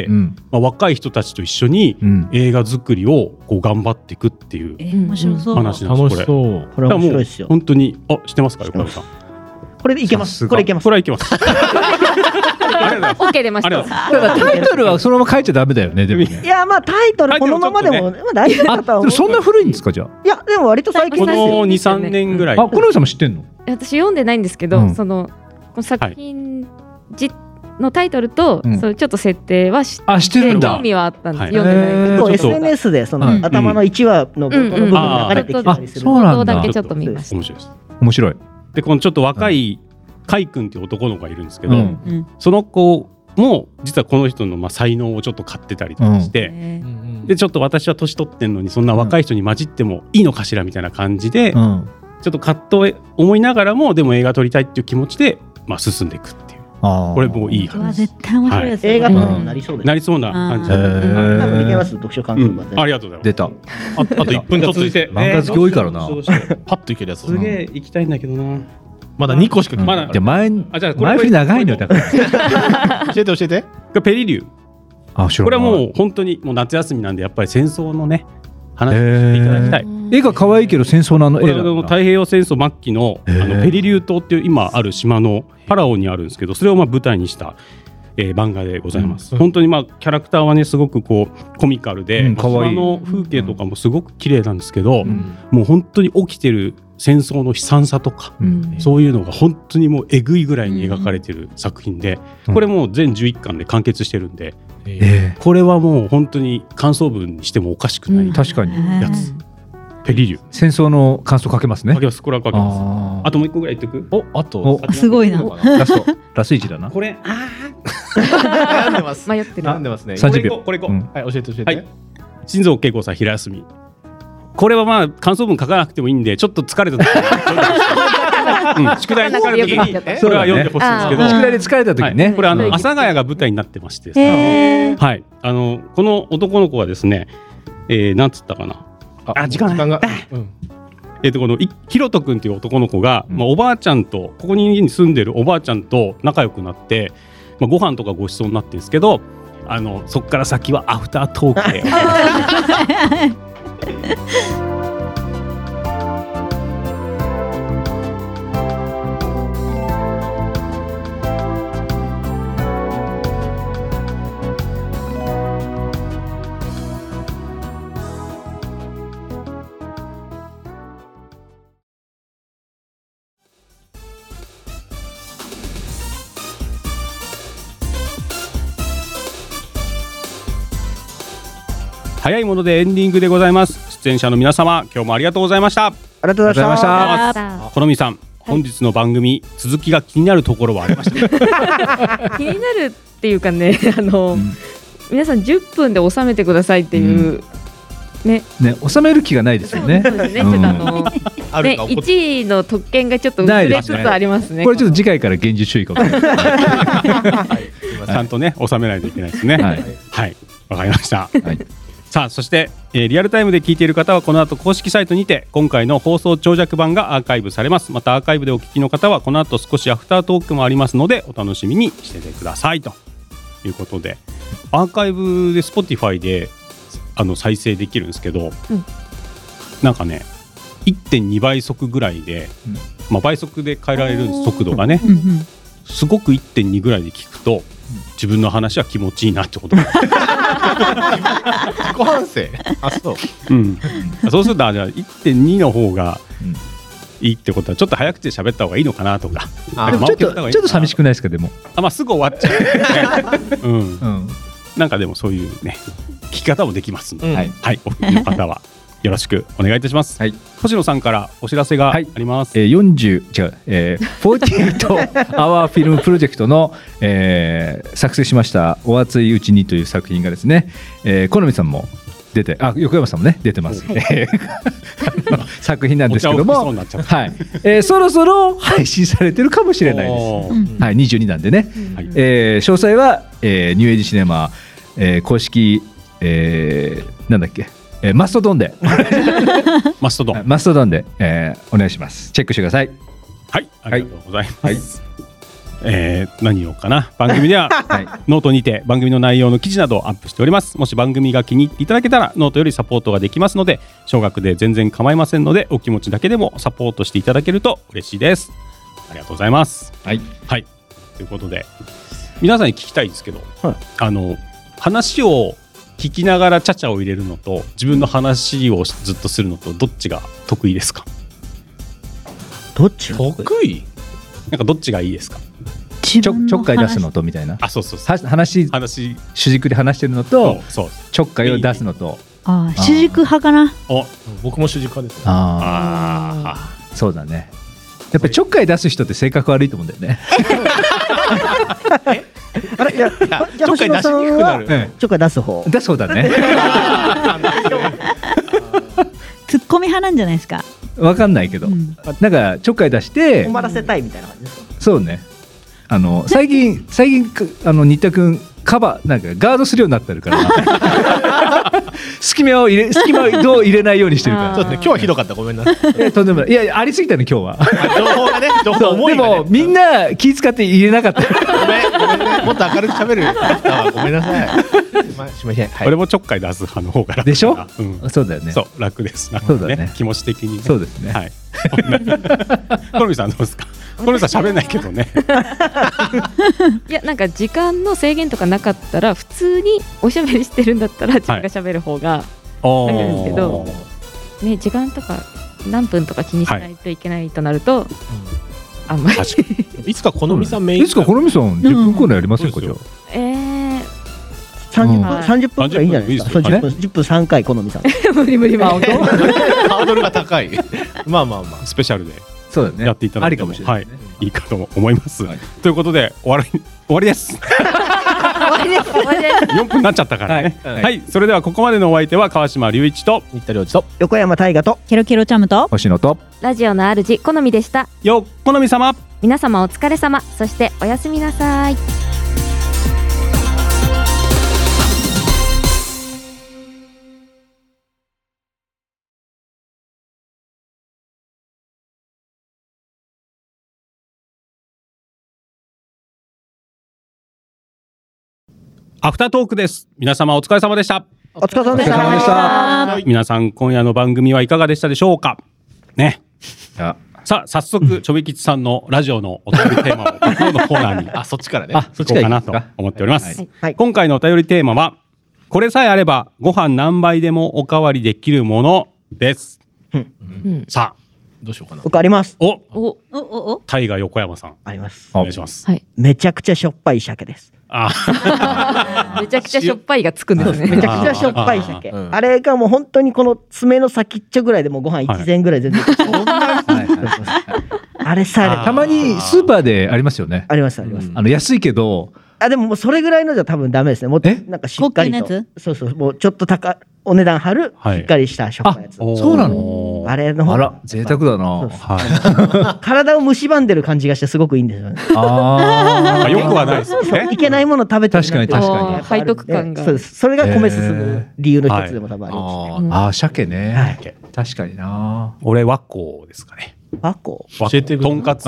若い人たちと一緒に映画作りをこう頑張っていくっていう話なんです。 これ面白いですよ。 本当に知ってますか横山さん？ これでいけます。これいけます。 これはいけます。 OK 出ました。 タイトルはそのまま書いちゃダメだよね。でもね。 いやタイトルこのままでも大丈夫だとは思う。 そんな古いんですかじゃあ？ いやでも割と最近ですよ。この2、3年ぐらい。 この人も知ってんの？ 私読んでないんですけど、そのこの作品のタイトルと、そういうちょっと設定は知ってるんだ。 興味はあったんです。読んでないけど SNS でその頭の1話の冒頭の部分流れてきたりする。 そうなんだ。だけちょっと見ました。 面白いです。 面白い。 でこのちょっと若いカイ君っていう男の子がいるんですけど、その子も実はこの人の才能をちょっと買ってたりとかして、でちょっと私は年取ってんのにそんな若い人に混じってもいいのかしらみたいな感じで、ちょっと葛藤を思いながらもでも映画撮りたいっていう気持ちで、進んでいくっていう。これもいい話。 絶対面白いです。 映画とかになりそうです。 なりそうな感じ。 多分できます。読書感想ありがとうございます。 出た。 あと1分ちょっとして漫画好き多いからな。 パッといけるやつ。 すげえ行きたいんだけどな。 まだ2個しかまだ。 じゃ前振り長いのだから。 教えて。 ペリリュー。これはもう本当にもう夏休みなんでやっぱり戦争のね話していただきたい。 絵が可愛いけど戦争の絵だ。 太平洋戦争末期のペリリュー島っていう今ある島のパラオにあるんですけど、それを舞台にした漫画でございます。本当にキャラクターはねすごくこうコミカルで、島の風景とかもすごく綺麗なんですけど、もう本当に起きてる戦争の悲惨さとか、そういうのが本当にもうえぐいぐらいに描かれてる作品で、これもう全11巻で完結してるんで、これはもう本当に感想文にしてもおかしくない確かにやつ。ペリリュー戦争の感想書けますね。 書けます。これは書けます。あともう一個ぐらい言ってく。 あとすごいな。 ラス1だな。 これ悩んでます。 迷ってる。 悩んでますね。 30秒。 これはい教えて。はい。 新蔵恵子さん平休み。これは感想文書かなくてもいいんでちょっと疲れた時に宿題に疲れた時にそれは読んでほしいんですけど、 宿題で疲れた時にね、 これ阿佐ヶ谷が舞台になってましてですね、はい、この男の子はですね、なんつったかな、時間がこのひろとくんっていう男の子が、おばあちゃんとここに住んでるおばあちゃんと仲良くなって、ご飯とかごちそうになってるんですけど、そこから先はアフタートークで早いものでエンディングでございます。出演者の皆様、今日もありがとうございました。 ありがとうございました。 このみさん、本日の番組続きが気になるところはありましたか？気になるっていうかね、皆さん10分で収めてくださいっていうね収める気がないですよね。 そうですね。ちょっと1位の特権がちょっと薄れつつありますね。 これちょっと次回から厳重注意かもしれない。 ちゃんとね収めないといけないですね。はい、わかりました。さあそして、リアルタイムで聞いている方はこの後公式サイトにて今回の放送長尺版がアーカイブされます。またアーカイブでお聞きの方はこの後少しアフタートークもありますのでお楽しみにしててくださいということで、アーカイブで Spotify で再生できるんですけど、なんかね 1.2 倍速ぐらいで、倍速で変えられる速度がね、すごく 1.2 ぐらいで聞くと自分の話は気持ちいいなってこと自己反省。 そうするとじゃあ 1.2 の方がいいってことはちょっと早口で喋った方がいいのかなとか、 ちょっと寂しくないですか？でもすぐ終わっちゃう。なんかでもそういうね聞き方もできますので、お聞きの方はよろしくお願いいたします。星野さんからお知らせがあります。 48 Hour フィルムプロジェクトの、作成しましたお熱いうちにという作品がですね、好みさんも出て、横山さんもね出てます、作品なんですけども、そろそろ配信されてるかもしれないです。22なんでね、詳細は、ニューエイジシネマ、公式、なんだっけ、マストドンでマストドンで、お願いします。チェックしてください。 はい、ありがとうございます。何言おうかな。番組では、ノートにて番組の内容の記事などをアップしております。もし番組が気に入っていただけたらノートよりサポートができますので、少額で全然構いませんのでお気持ちだけでもサポートしていただけると嬉しいです。ありがとうございます。ということで皆さんに聞きたいですけど、話を聞きながらチャチャを入れるのと自分の話をずっとするのとどっちが得意ですか？ どっち得意？ なんかどっちがいいですか？ ちょっかい出すのとみたいな。 あ、そうそう話主軸で話してるのと、ちょっかいを出すのと。 主軸派かな。 僕も主軸派です。 そうだね。やっぱりちょっかい出す人って性格悪いと思うんだよね。 あれ、じゃあ星野さんはちょっかい出す方。 出す方だね。 ツッコミ派なんじゃないですか。 わかんないけど、なんかちょっかい出して困らせたいみたいな感じですか。 そうね。最近新田君なんかガードするようになってるから隙間をどう入れないようにしてるから。 そうですね。今日はひどかった。ごめんなさい。 とんでもない。いや、ありすぎたね今日は。 情報がね、 でもみんな気遣って入れなかった。 ごめんね。もっと明るく喋る。ごめんなさい。すみません。 俺もちょっかい出す派の方が楽でしょ。そうだよね。 そう楽です。 そうだね。 気持ち的に。 そうですね。 はい。好みさんどうですか？好みさん喋んないけどね。 いや、なんか時間の制限とかなかったら普通におしゃべりしてるんだったら自分が喋る方が楽ですけど、ね、時間とか何分とか気にしないといけないとなると、あんまり。 いつか好みさんメイン。 いつか好みさん10分くらいやりませんか？じゃあ 30分くらいいいんじゃないですか。10分3回好みさん。 無理。 ハードルが高い。まあスペシャルでそうだね。 やっていただいてもありかもしれない。 いいかと思います。ということで終わりです。4分になっちゃったからね。はい、それではここまでのお相手は川島隆一と新田良二と横山大河とケロケロチャムと星野とラジオの主好みでした。 よ好み様。 皆様お疲れ様。そしておやすみなさい。 アフタートークです。皆様お疲れ様でした。 お疲れ様でした。 皆さん今夜の番組はいかがでしたでしょうかね。さあ早速ちょびきちさんのラジオのお便りテーマを今日のコーナーにそっちからね。 そっちかなと思っております。今回のお便りテーマはこれさえあればご飯何杯でもおかわりできるものです。さあどうしようかな。 僕あります。 大河横山さんあります。 お願いします。 めちゃくちゃしょっぱい鮭です。 めちゃくちゃしょっぱいがつくんですね。 めちゃくちゃしょっぱい鮭。あれがもう本当にこの爪の先っちょぐらいでもご飯1膳ぐらい全然。あれさたまにスーパーでありますよね。 あります。 安いけど。 でももうそれぐらいのじゃ多分ダメですね。もうなんかしっかりと。そうもうちょっとお値段張るしっかりしたしょっぱいやつ。 そうなの。 あれの方が贅沢だな。 体を蝕んでる感じがしてすごくいいんですよね。 よくはないですね。 いけないもの食べてる。 確かに背徳感が。 それが米進む理由の一つでも多分あります。 鮭ね。確かにな。 俺和光ですかね。 和光。 教えてくれ。とんかつ。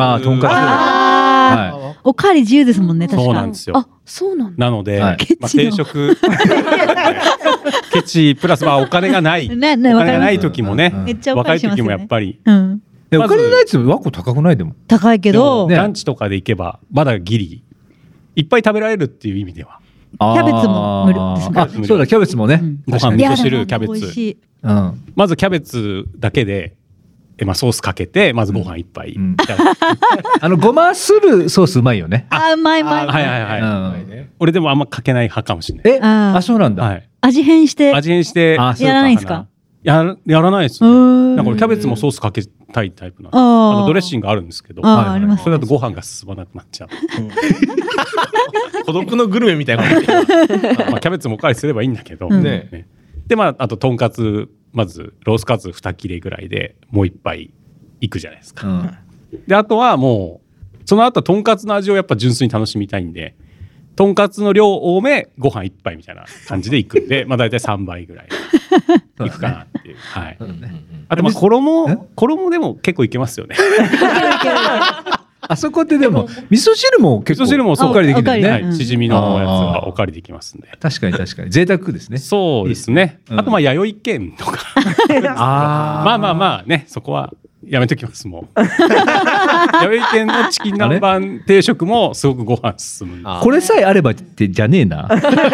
おかわり自由ですもんね。確かに。 そうなんですよ。 あ、そうなんだ。 なので定食ケチプラスお金がないお金がない時もね、若い時もやっぱりお金ないって和光高くないでも。 高いけどランチとかで行けばまだギリいっぱい食べられるっていう意味では。 キャベツも無料ですね。 そうだキャベツもね。 ご飯味噌汁キャベツ。まずキャベツだけでソースかけてまずご飯一杯。 ごまするソースうまいよね。 うまい。 俺でもあんまかけない派かもしれない。そうなんだ。 味変してやらないですか？ やらないですね。なんかキャベツもソースかけたいタイプなんで、ドレッシングあるんですけど、それだとご飯が進まなくなっちゃう。 孤独のグルメみたいな。 キャベツもおかわりすればいいんだけど、であととんかつまずロースカツ2切れぐらいでもう一杯いくじゃないですか。であとはもうその後とんかつの味をやっぱ純粋に楽しみたいんで、とんかつの量多めご飯一杯みたいな感じでいくんで、だいたい3倍ぐらいいくかなっていう。あと衣でも結構いけますよね。 あそこってでも味噌汁も結構おかわりできるね。 しじみのやつはおかわりできますんで。 確かに贅沢ですね。 そうですね。あと弥生県とかまあね、そこはやめときますもう。弥生県のチキン南蛮定食もすごくご飯進む。 これさえあればってじゃねえな。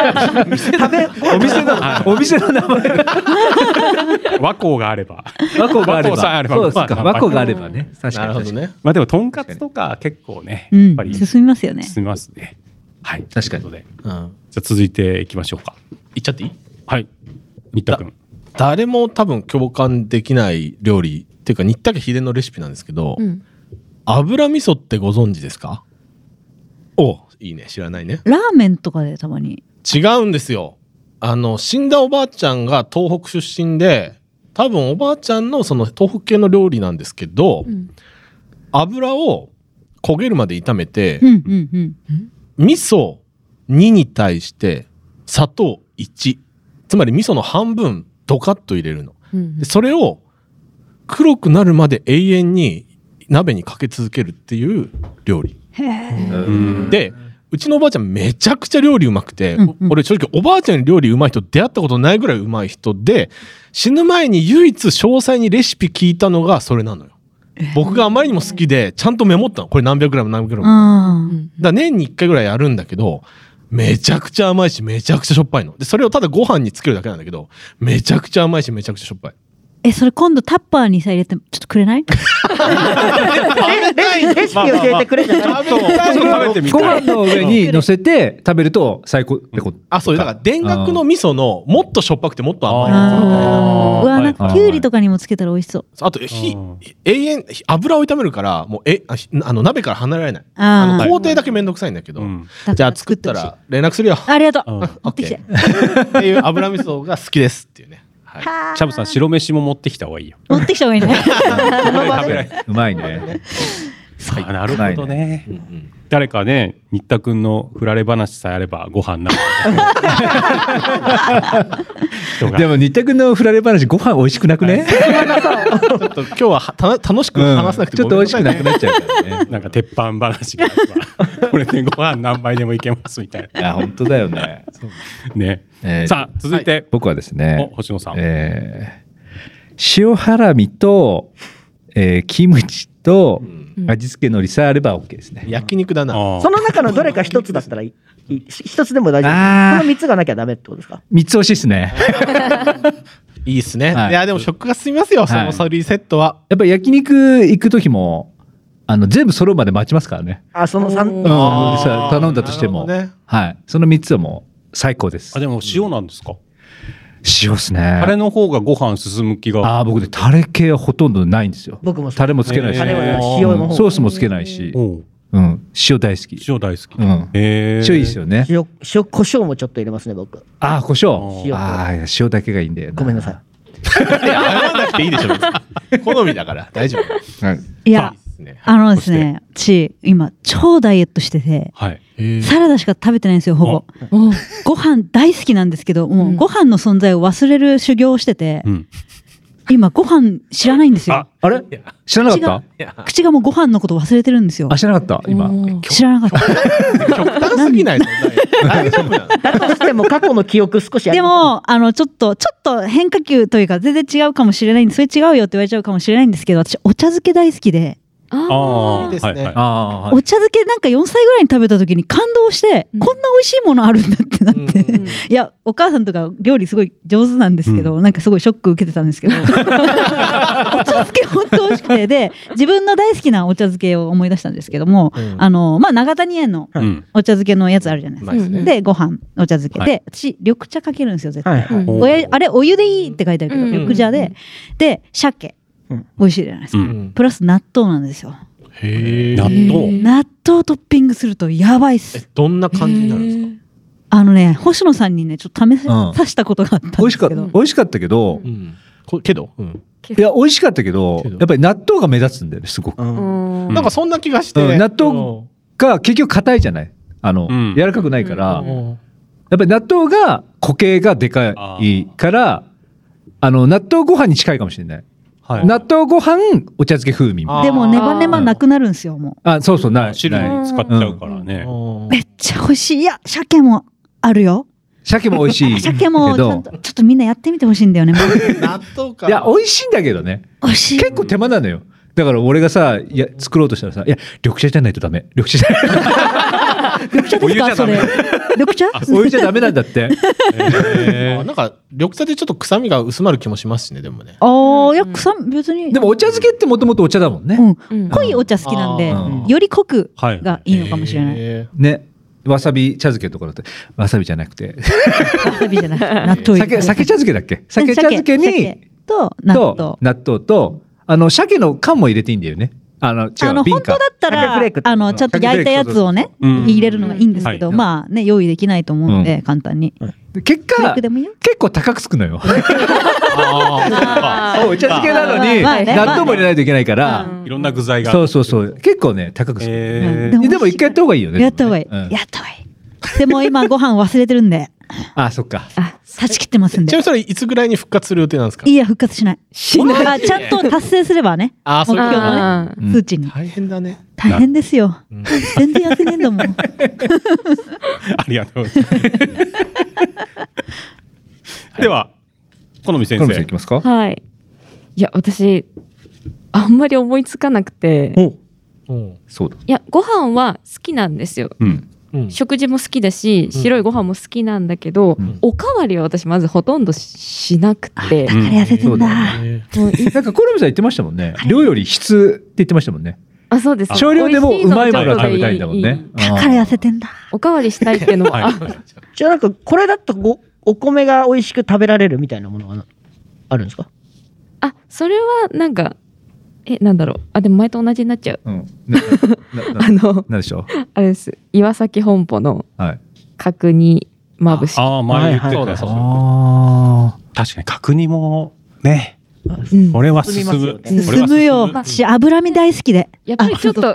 お店の名前。 和光があれば。 和光があれば。 そうですか。 和光があればね。確かに。 なるほどね。 まあでもとんかつとか結構ね、 やっぱり進みますよね。 進みますね。はい。 確かに。 じゃあ続いていきましょうか。 いっちゃっていい？ はい。新田君。 誰も多分共感できない料理っていうか新田家秘伝のレシピなんですけど、油味噌ってご存知ですか？お、いいね、知らないね。 ラーメンとかでたまに。 違うんですよ。死んだおばあちゃんが東北出身で、多分おばあちゃんのその東北系の料理なんですけど、油を焦げるまで炒めて、味噌2に対して砂糖1、つまり味噌の半分ドカッと入れるの。でそれを黒くなるまで永遠に鍋にかけ続けるっていう料理。で、うちのおばあちゃんめちゃくちゃ料理うまくて、俺正直おばあちゃんに料理うまい人出会ったことないぐらいうまい人で、死ぬ前に唯一詳細にレシピ聞いたのがそれなのよ。僕があまりにも好きでちゃんとメモったの。これ何百グラム何百グラム。だ年に1回ぐらいやるんだけど、めちゃくちゃ甘いしめちゃくちゃしょっぱいの。でそれをただご飯につけるだけなんだけど、めちゃくちゃ甘いしめちゃくちゃしょっぱい。 それ今度タッパーにさ入れてちょっとくれない？レシピを教えてくれじゃない。 ご飯の上に乗せて食べると最高ってこと。 あ、そうだから田楽の味噌のもっとしょっぱくてもっと甘い。 うわ、なんかきゅうりとかにもつけたら美味しそう。 あと永遠油を炒めるからもう鍋から離れられない。工程だけめんどくさいんだけど、じゃあ作ったら連絡するよ。 ありがとう。 オッケー。っていう油味噌が好きですっていうね。 チャブさん白飯も持ってきた方がいいよ。 持ってきた方がいいね。 うまいね。 なるほどね。誰かね、新田君の振られ話さえあればご飯なる。でも新田君の振られ話ご飯美味しくなくね？ ちょっと今日は楽しく話さなくてちょっと美味しくなくなっちゃうからね。 なんか鉄板話がこれでご飯何杯でもいけますみたいな。 いや本当だよね。 ね。さあ続いて僕はですね、 星野さん、 塩ハラミとキムチと味付けのりさえあれば OK ですね。 焼肉だな。 その中のどれか一つだったら一つでも大丈夫。この3つがなきゃダメってことですか ？3つ欲しいですね。 いいっすね。いやでも食が進みますよ、そのソリセットは。 やっぱり焼肉行く時も全部揃うまで待ちますからね。 その3 頼んだとしても、はい、その3つはもう最高です。 でも塩なんですか？ 塩ですね。 タレの方がご飯進む気が。 僕ねタレ系はほとんどないんですよ。 僕もタレもつけないし、 タレは塩の方。 ソースもつけないし、塩大好き。 塩大好き。 塩いいですよね。 塩胡椒もちょっと入れますね僕。 胡椒。塩だけがいいんだよ。 ごめんなさい。 やらなくていいでしょ。好みだから大丈夫。 いやですね、私今超ダイエットしてて、サラダしか食べてないんですよほぼ。ご飯大好きなんですけど、もうご飯の存在を忘れる修行をしてて、今ご飯知らないんですよ。 あれ知らなかった？ 口がもうご飯のこと忘れてるんですよ。 知らなかった今。 知らなかった。 極端すぎない？大丈夫なの？ だとしても過去の記憶少しあります。でもちょっと変化球というか全然違うかもしれないんで、それ違うよって言われちゃうかもしれないんですけど、私お茶漬け大好きで。 いいですね。 お茶漬けなんか4歳ぐらいに食べた時に感動して、こんな美味しいものあるんだってなって、いやお母さんとか料理すごい上手なんですけど、なんかすごいショック受けてたんですけどお茶漬け本当美味しくて、で自分の大好きなお茶漬けを思い出したんですけども、長谷園のお茶漬けのやつあるじゃないですか。でご飯お茶漬けで、私緑茶かけるんですよ絶対。あれお湯でいいって書いてあるけど緑茶で、鮭美味しいじゃないですか。プラス納豆なんですよ。 納豆トッピングするとやばいっす。 どんな感じになるんですか？星野さんにねちょっと試さしたことがあったんですけど、 美味しかったけど、いや美味しかったけど、やっぱり納豆が目立つんだよねすごく。 なんかそんな気がして、 納豆が結局硬いじゃない、柔らかくないから、やっぱり納豆が固形がでかいから納豆ご飯に近いかもしれない。納豆ご飯お茶漬け風味。 でもネバネバなくなるんですよもう。 そうそうない。 汁に使っちゃうからね。 めっちゃ美味しい。いや鮭もあるよ。 鮭も美味しい。 鮭もちょっとみんなやってみてほしいんだよね。 納豆か。 いや美味しいんだけどね。 美味しい。 結構手間なのよ。 だから俺がさ作ろうとしたらさ、いや緑茶じゃないとダメ、緑茶じゃない緑茶ですかそれ。緑茶？ お湯じゃダメなんだって。 なんか緑茶でちょっと臭みが薄まる気もしますしね、でもね。 いや臭み別に。 でもお茶漬けってもともとお茶だもんね。 濃いお茶好きなんで、より濃くがいいのかもしれない。 ね。わさび茶漬けとかだってわさびじゃなくて。 わさびじゃなくて納豆。 酒茶漬けだっけ？酒茶漬けにと納豆と鮭の缶も入れていいんだよね。 本当だったらちょっと焼いたやつをね入れるのがいいんですけど、まあね用意できないと思うんで簡単に。 結果結構高くつくのよ。お茶漬けなのに納豆も入れないといけないから、 いろんな具材が。 そう結構ね高くつく。でも一回やった方がいいよね。 やった方がいい。やった方がいい。でも今ご飯忘れてるんで。 そっか。 断ち切ってますんで。 ちなみにそれいつぐらいに復活する予定なんですか？ いや復活しない。ちゃんと達成すればね。目標のね数値に。 大変だね。 大変ですよ。全然痩せねえんだもん。 ありがとうございます。では好美先生いきますか。 はい。いや私あんまり思いつかなくて。 そうだ。 いやご飯は好きなんですよ。食事も好きだし、白いご飯も好きなんだけど、おかわりは私まずほとんどしなくて。 だから痩せてんだ。 なんか好美さん言ってましたもんね。量より質って言ってましたもんね。 そうです。 少量でもうまいものが食べたいんだもんね。 だから痩せてんだ。 おかわりしたいっていうのは。 じゃあなんかこれだとお米が美味しく食べられるみたいなものがあるんですか？ それはなんか。なんだろう。でも前と同じになっちゃう。 なんでしょう。 あれです。岩崎本舗の角煮まぶし。 前言ってた。確かに角煮もね。これは進む。 進むよ。私脂身大好きで。 やっぱりちょっと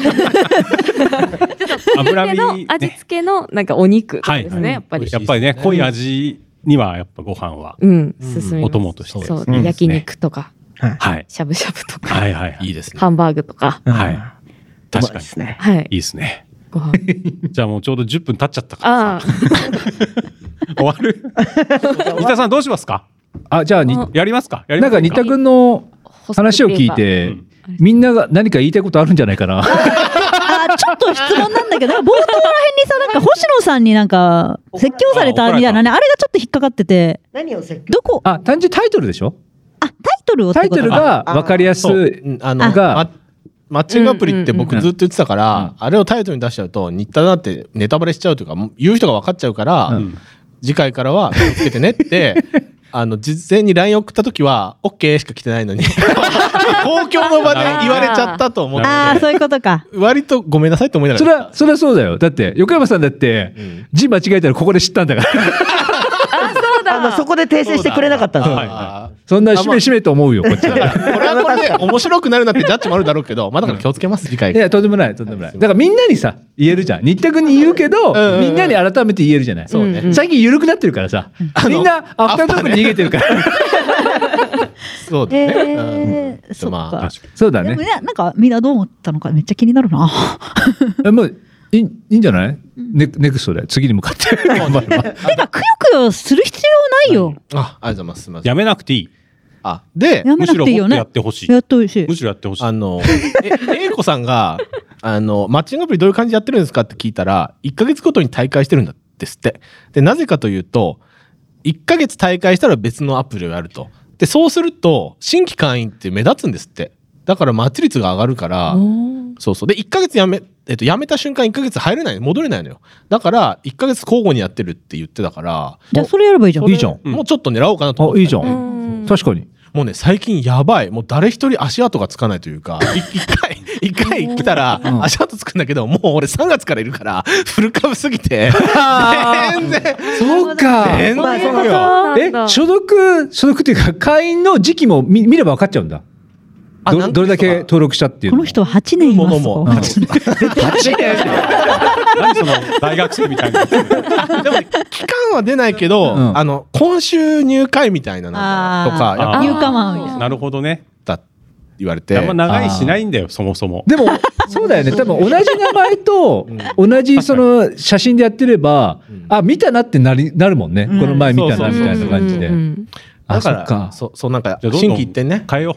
脂身の味付けのなんかお肉ですね。やっぱりね濃い味にはやっぱご飯は進みます。 お供として。 そう焼肉とか。 はい、 しゃぶしゃぶとか、 いいですね。 ハンバーグとか、 確かにですね。いいですね。じゃあもうちょうど10分経っちゃったから終わる。三田さんどうしますか？ じゃあやりますか？ なんか新田君の話を聞いて、みんなが何か言いたいことあるんじゃないかな。 ちょっと質問なんだけど、冒頭らへんにさ、なんか星野さんになんか説教されたみたいなね、あれがちょっと引っかかってて。 何を説教？ どこ？ 単純タイトルでしょ？ タイトルが分かりやすいがマッチングアプリって僕ずっと言ってたから、あれをタイトルに出しちゃうと新田だってネタバレしちゃうというか言う人が分かっちゃうから、次回からは気をつけてねって事前に LINE 送った時は OK しか来てないのに公共の場で言われちゃったと思って、 そういうことか。 割とごめんなさいと思いながら、 それはそうだよ。だって横山さんだって字間違えたらここで知ったんだからそうだ。 そこで訂正してくれなかったんですよ。 そんなしめと思うよこっちは。 これはこれで面白くなるなってジャッジもあるだろうけど、だから気をつけます次回。 いやとんでもないだからみんなにさ言えるじゃん。新田君に言うけどみんなに改めて言えるじゃない。最近緩くなってるからさ、みんなアフタートークに逃げてるからそうだね。 そうだね。 なんかみんなどう思ったのかめっちゃ気になるな。 もういいんじゃない？ネクストで次に向かって頑張れば。 てかくよくよする必要ないよ。 ありがとうございます。すみません。 やめなくていい。 でむしろもっとやってほしい。 やってほしい。 むしろやってほしい。 英子さんがマッチングアプリどういう感じでやってるんですかって聞いたら、1ヶ月ごとに大会してるんですって。でなぜかというと、1ヶ月大会したら別のアプリをやると。でそうすると新規会員って目立つんですって。だからマッチ率が上がるから。そうで1ヶ月やめた瞬間1ヶ月入れない戻れないのよ。だから1ヶ月交互にやってるって言ってたから、 じゃあそれやればいいじゃん。 いいじゃん。 もうちょっと狙おうかなと思って。 いいじゃん。確かに。 もうね最近やばい。もう誰一人足跡がつかないというか、一回来たら足跡つくんだけど、もう俺3月からいるからフル株すぎて全然。 そうか。 全然。所属っていうか会員の時期も見れば分かっちゃうんだ。どれだけ登録したっていう。 この人は8年いますもん。 8年何その大学生みたいな。 でも期間は出ないけど、今週入会みたいなのとか入会マンみたいな。 なるほどね。 だ言われて。 あんま長いしないんだよそもそも。 でもそうだよね。多分同じ名前と同じその写真でやってれば、見たなってなるもんね。この前見たなみたいな感じで。 だからそうなんか新規一点ね変えよう。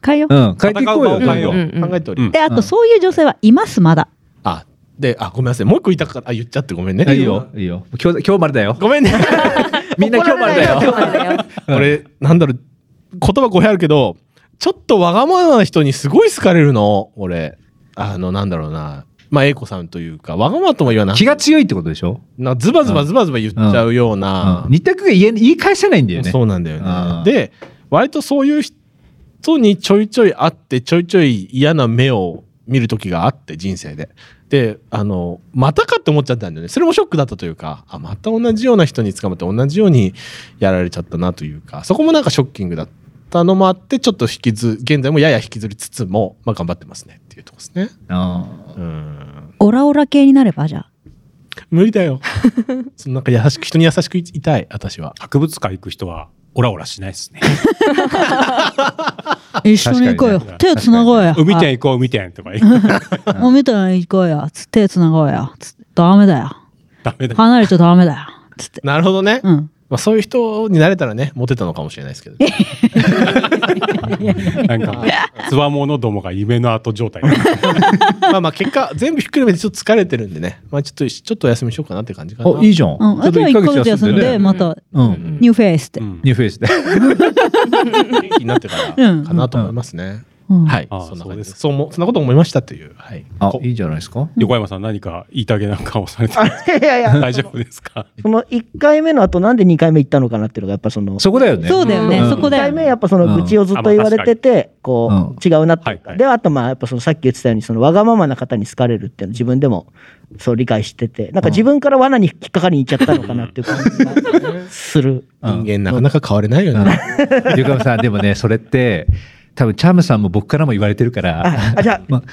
変えよう。 変えていこうよ。 考えており。 で、あとそういう女性はいますまだ。 で、ごめんなさい。もう一個言ったから言っちゃってごめんね。 いいよ。今日までだよ。 ごめんね。みんな今日までだよ。俺なんだろう、言葉語弊あるけど、ちょっとわがままな人にすごい好かれるの。俺なんだろうな。英子さんというか、わがままとも言わない。 気が強いってことでしょ。 ズバズバ言っちゃうような。 二択が言い返せないんだよね。 そうなんだよね。で、割とそういう人にちょいちょい会って、ちょいちょい嫌な目を見る時があって、人生で。で、またかって思っちゃったんだよね。それもショックだったというか、また同じような人に捕まって同じようにやられちゃったなというか、そこもなんかショッキングだったのもあって、ちょっと現在もやや引きずりつつも、頑張ってますねっていうとこですね。 オラオラ系になれば、じゃあ。 無理だよ。なんか人に優しくいたい、私は。 博物館行く人はオラオラしないですね。 一緒に行こうよ。手つなごうよ。 海店行こう、海店とか。 海店行こうよ。手つなごうよ。ダメだよ。離れちゃダメだよ。 なるほどね。そういう人になれたらね、モテたのかもしれないですけど。 なんかつわものどもが夢の後状態。 結果全部ひっくるめてちょっと疲れてるんでね。ちょっとお休みしようかなって感じかな。 いいじゃん。 あとは1ヶ月休んでまたニューフェイスで。 ニューフェイスで。 元気になってからかなと思いますね。はい、そんな感じです。そんなこと思いましたという。はい。 いいじゃないですか。 横山さん何か言いたげな顔されてます。いや大丈夫ですか。 その1回目の後なんで2回目行ったのかなっていうのがやっぱそこだよね。 そうだよね。そこだよね。 1回目やっぱその愚痴をずっと言われててこう違うなって。であとやっぱそのさっき言ってたようにそのわがままな方に好かれるっていうの自分でもそう理解してて、なんか自分から罠に引っかかりに行っちゃったのかなっていう感じがする。 人間なかなか変われないよね。 横山さんでもね、それって多分チャームさんも僕からも言われてるから、 じゃあも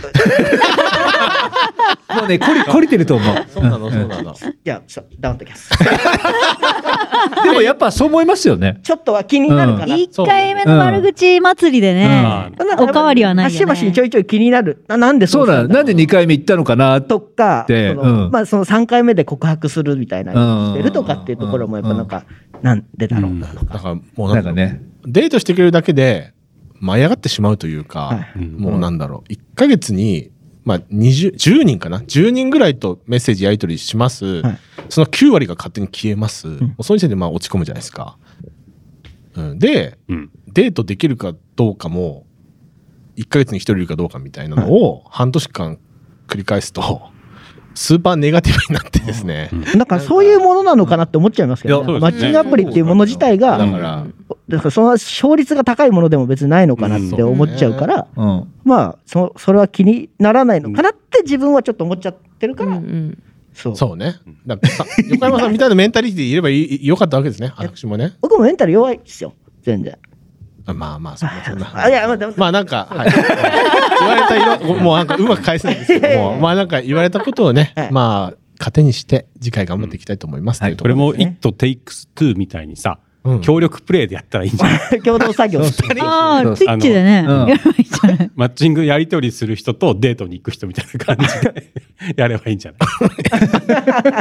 うね懲りてると思う。 そうなの。 じゃあダウンとキャス。 でもやっぱそう思いますよね。 ちょっとは気になるかな。 1回目の悪口祭りでね、おかわりはないよね。 端々にちょいちょい気になる。なんでそうなの。なんで2回目行ったのかなとか、その3回目で告白するみたいなしてるとかっていうところもやっぱなんかなんでだろうなとか。 だからもうなんかね、デートしてくれるだけで舞い上がってしまうというか、もうなんだろう、1ヶ月に10人かな、10人ぐらいとメッセージやり取りします、その9割が勝手に消えます、その時点で落ち込むじゃないですか、で、デートできるかどうかも1ヶ月に1人いるかどうかみたいなのを半年間繰り返すとスーパーネガティブになってですね、 なんかそういうものなのかなって思っちゃいますけど、マッチングアプリっていうもの自体がだからその勝率が高いものでも別にないのかなって思っちゃうから、それは気にならないのかなって自分はちょっと思っちゃってるから、 そうね。だから横山さんみたいなメンタリティでいればよかったわけですね。私もね。 僕もメンタル弱いですよ、全然。 そんななんか言われた色もうなんかうまく返せないんですけども、なんか言われたことをね、糧にして次回頑張っていきたいと思います。 これも It takes two みたいにさ、協力プレイでやったらいいんじゃない？ 共同作業。 ツイッチでね、 マッチングやり取りする人とデートに行く人みたいな感じでやればいいんじゃない？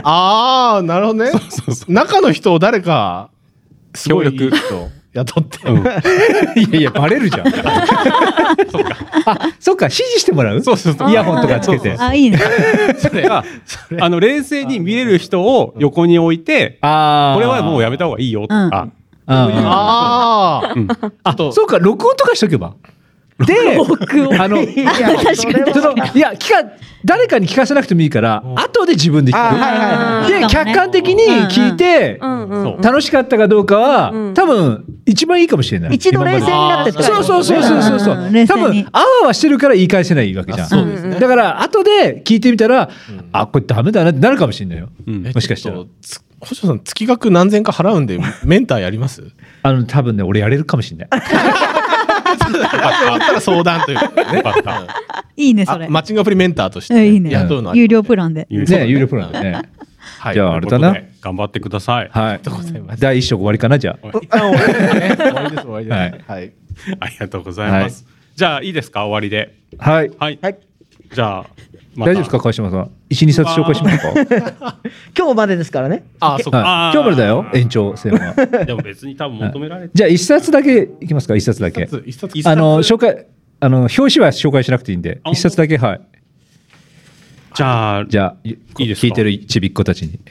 ああ、なるほどね。中の人を誰か協力と雇って、 いやバレるじゃん。そっか指示してもらう。イヤホンとかつけて。 あ、いいね。 それが冷静に見れる人を横に置いて、これはもうやめた方がいいよとか。 そうか、録音とかしとけば。で、誰かに聞かせなくてもいいから後で自分で聞く。で客観的に聞いて楽しかったかどうかは多分一番いいかもしれない。 一度冷静になって。 そう多分あわあわしてるから言い返せないわけじゃん。だから後で聞いてみたらこれダメだなってなるかもしれないよ。もしかしたら星野さん月額何千か払うんでメンターやります？ 多分ね俺やれるかもしれない。 あったら相談というかね。 いいねそれ。 マッチングアプリメンターとして雇うのは有料プランで。 有料プランでね。じゃああれだな。 頑張ってください。 はい。第一章終わりかなじゃあ。 一旦終わりですね。終わりです。はい。 ありがとうございます。じゃあいいですか終わりで。 はい。 じゃあ大丈夫ですか川島さん。1、2冊紹介しますか。 今日までですからね。 そうか。 今日までだよ延長戦は。 でも別に多分求められて。 じゃあ1冊だけいきますか。1冊だけ。紹介表紙は紹介しなくていいんで、一冊だけ、はい。 じゃあいいですか？聞いてるちびっ子たちに。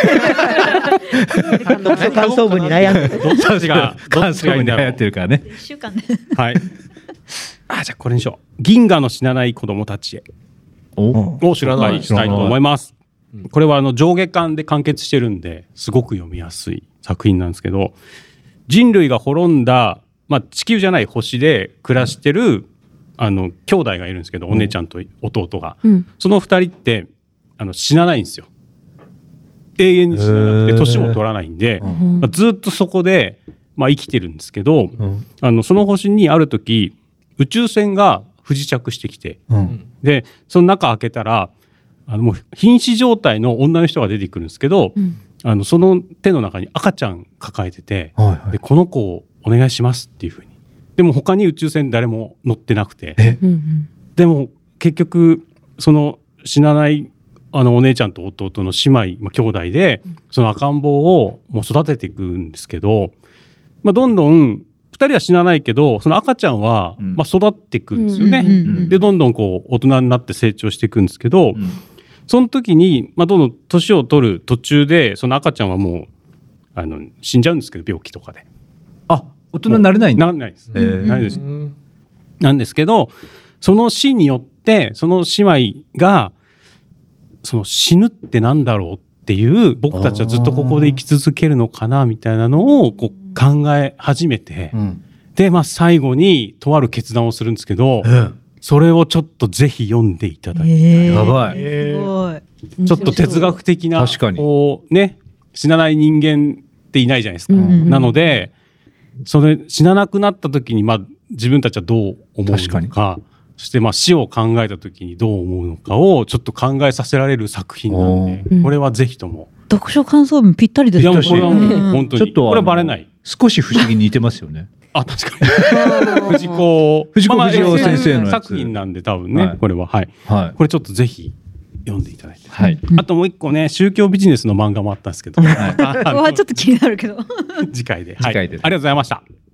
感想文に悩んでる。 どっちが感想文に悩んでるからね。 1週間で。 はい。じゃあこれにしよう。銀河の死なない子供たちへを紹介したいと思います。これは上下巻で完結してるんですごく読みやすい作品なんですけど、人類が滅んだ、地球じゃない星で暮らしてる兄弟がいるんですけど、お姉ちゃんと弟が、その2人って死なないんですよ。永遠に死ななくて年も取らないんで、ずっとそこで、生きてるんですけど、その星にある時宇宙船が不時着してきて、でその中開けたらもう瀕死状態の女の人が出てくるんですけど、その手の中に赤ちゃん抱えてて、でこの子をお願いしますっていう風に。でも他に宇宙船誰も乗ってなくて、でも結局その死なないお姉ちゃんと弟の姉妹、兄弟でその赤ん坊をもう育てていくんですけど、どんどん2人は死なないけどその赤ちゃんは育っていくんですよね。でどんどんこう大人になって成長していくんですけど、その時にどんどん年を取る途中でその赤ちゃんはもう死んじゃうんですけど、病気とかで。 大人になれないんだ。 なれないです。ないです。なんですけど、その死によってその姉妹がその死ぬってなんだろうっていう、僕たちはずっとここで生き続けるのかなみたいなのをこう考え始めて、で最後にとある決断をするんですけど、それをちょっとぜひ読んでいただきたい。 やばい。 ちょっと哲学的な、こうね、死なない人間っていないじゃないですか。なのでそれ死ななくなった時に自分たちはどう思うのか、そして死を考えた時にどう思うのかをちょっと考えさせられる作品なんで、これはぜひとも。 読書感想文ぴったりですね。これは本当にこれバレない。 少し不思議に似てますよね。 確かに。藤子先生の作品なんで多分ね、これはこれちょっとぜひ読んでいただいて、あともう一個ね、宗教ビジネスの漫画もあったんですけど、 ここはちょっと気になるけど次回で。ありがとうございました。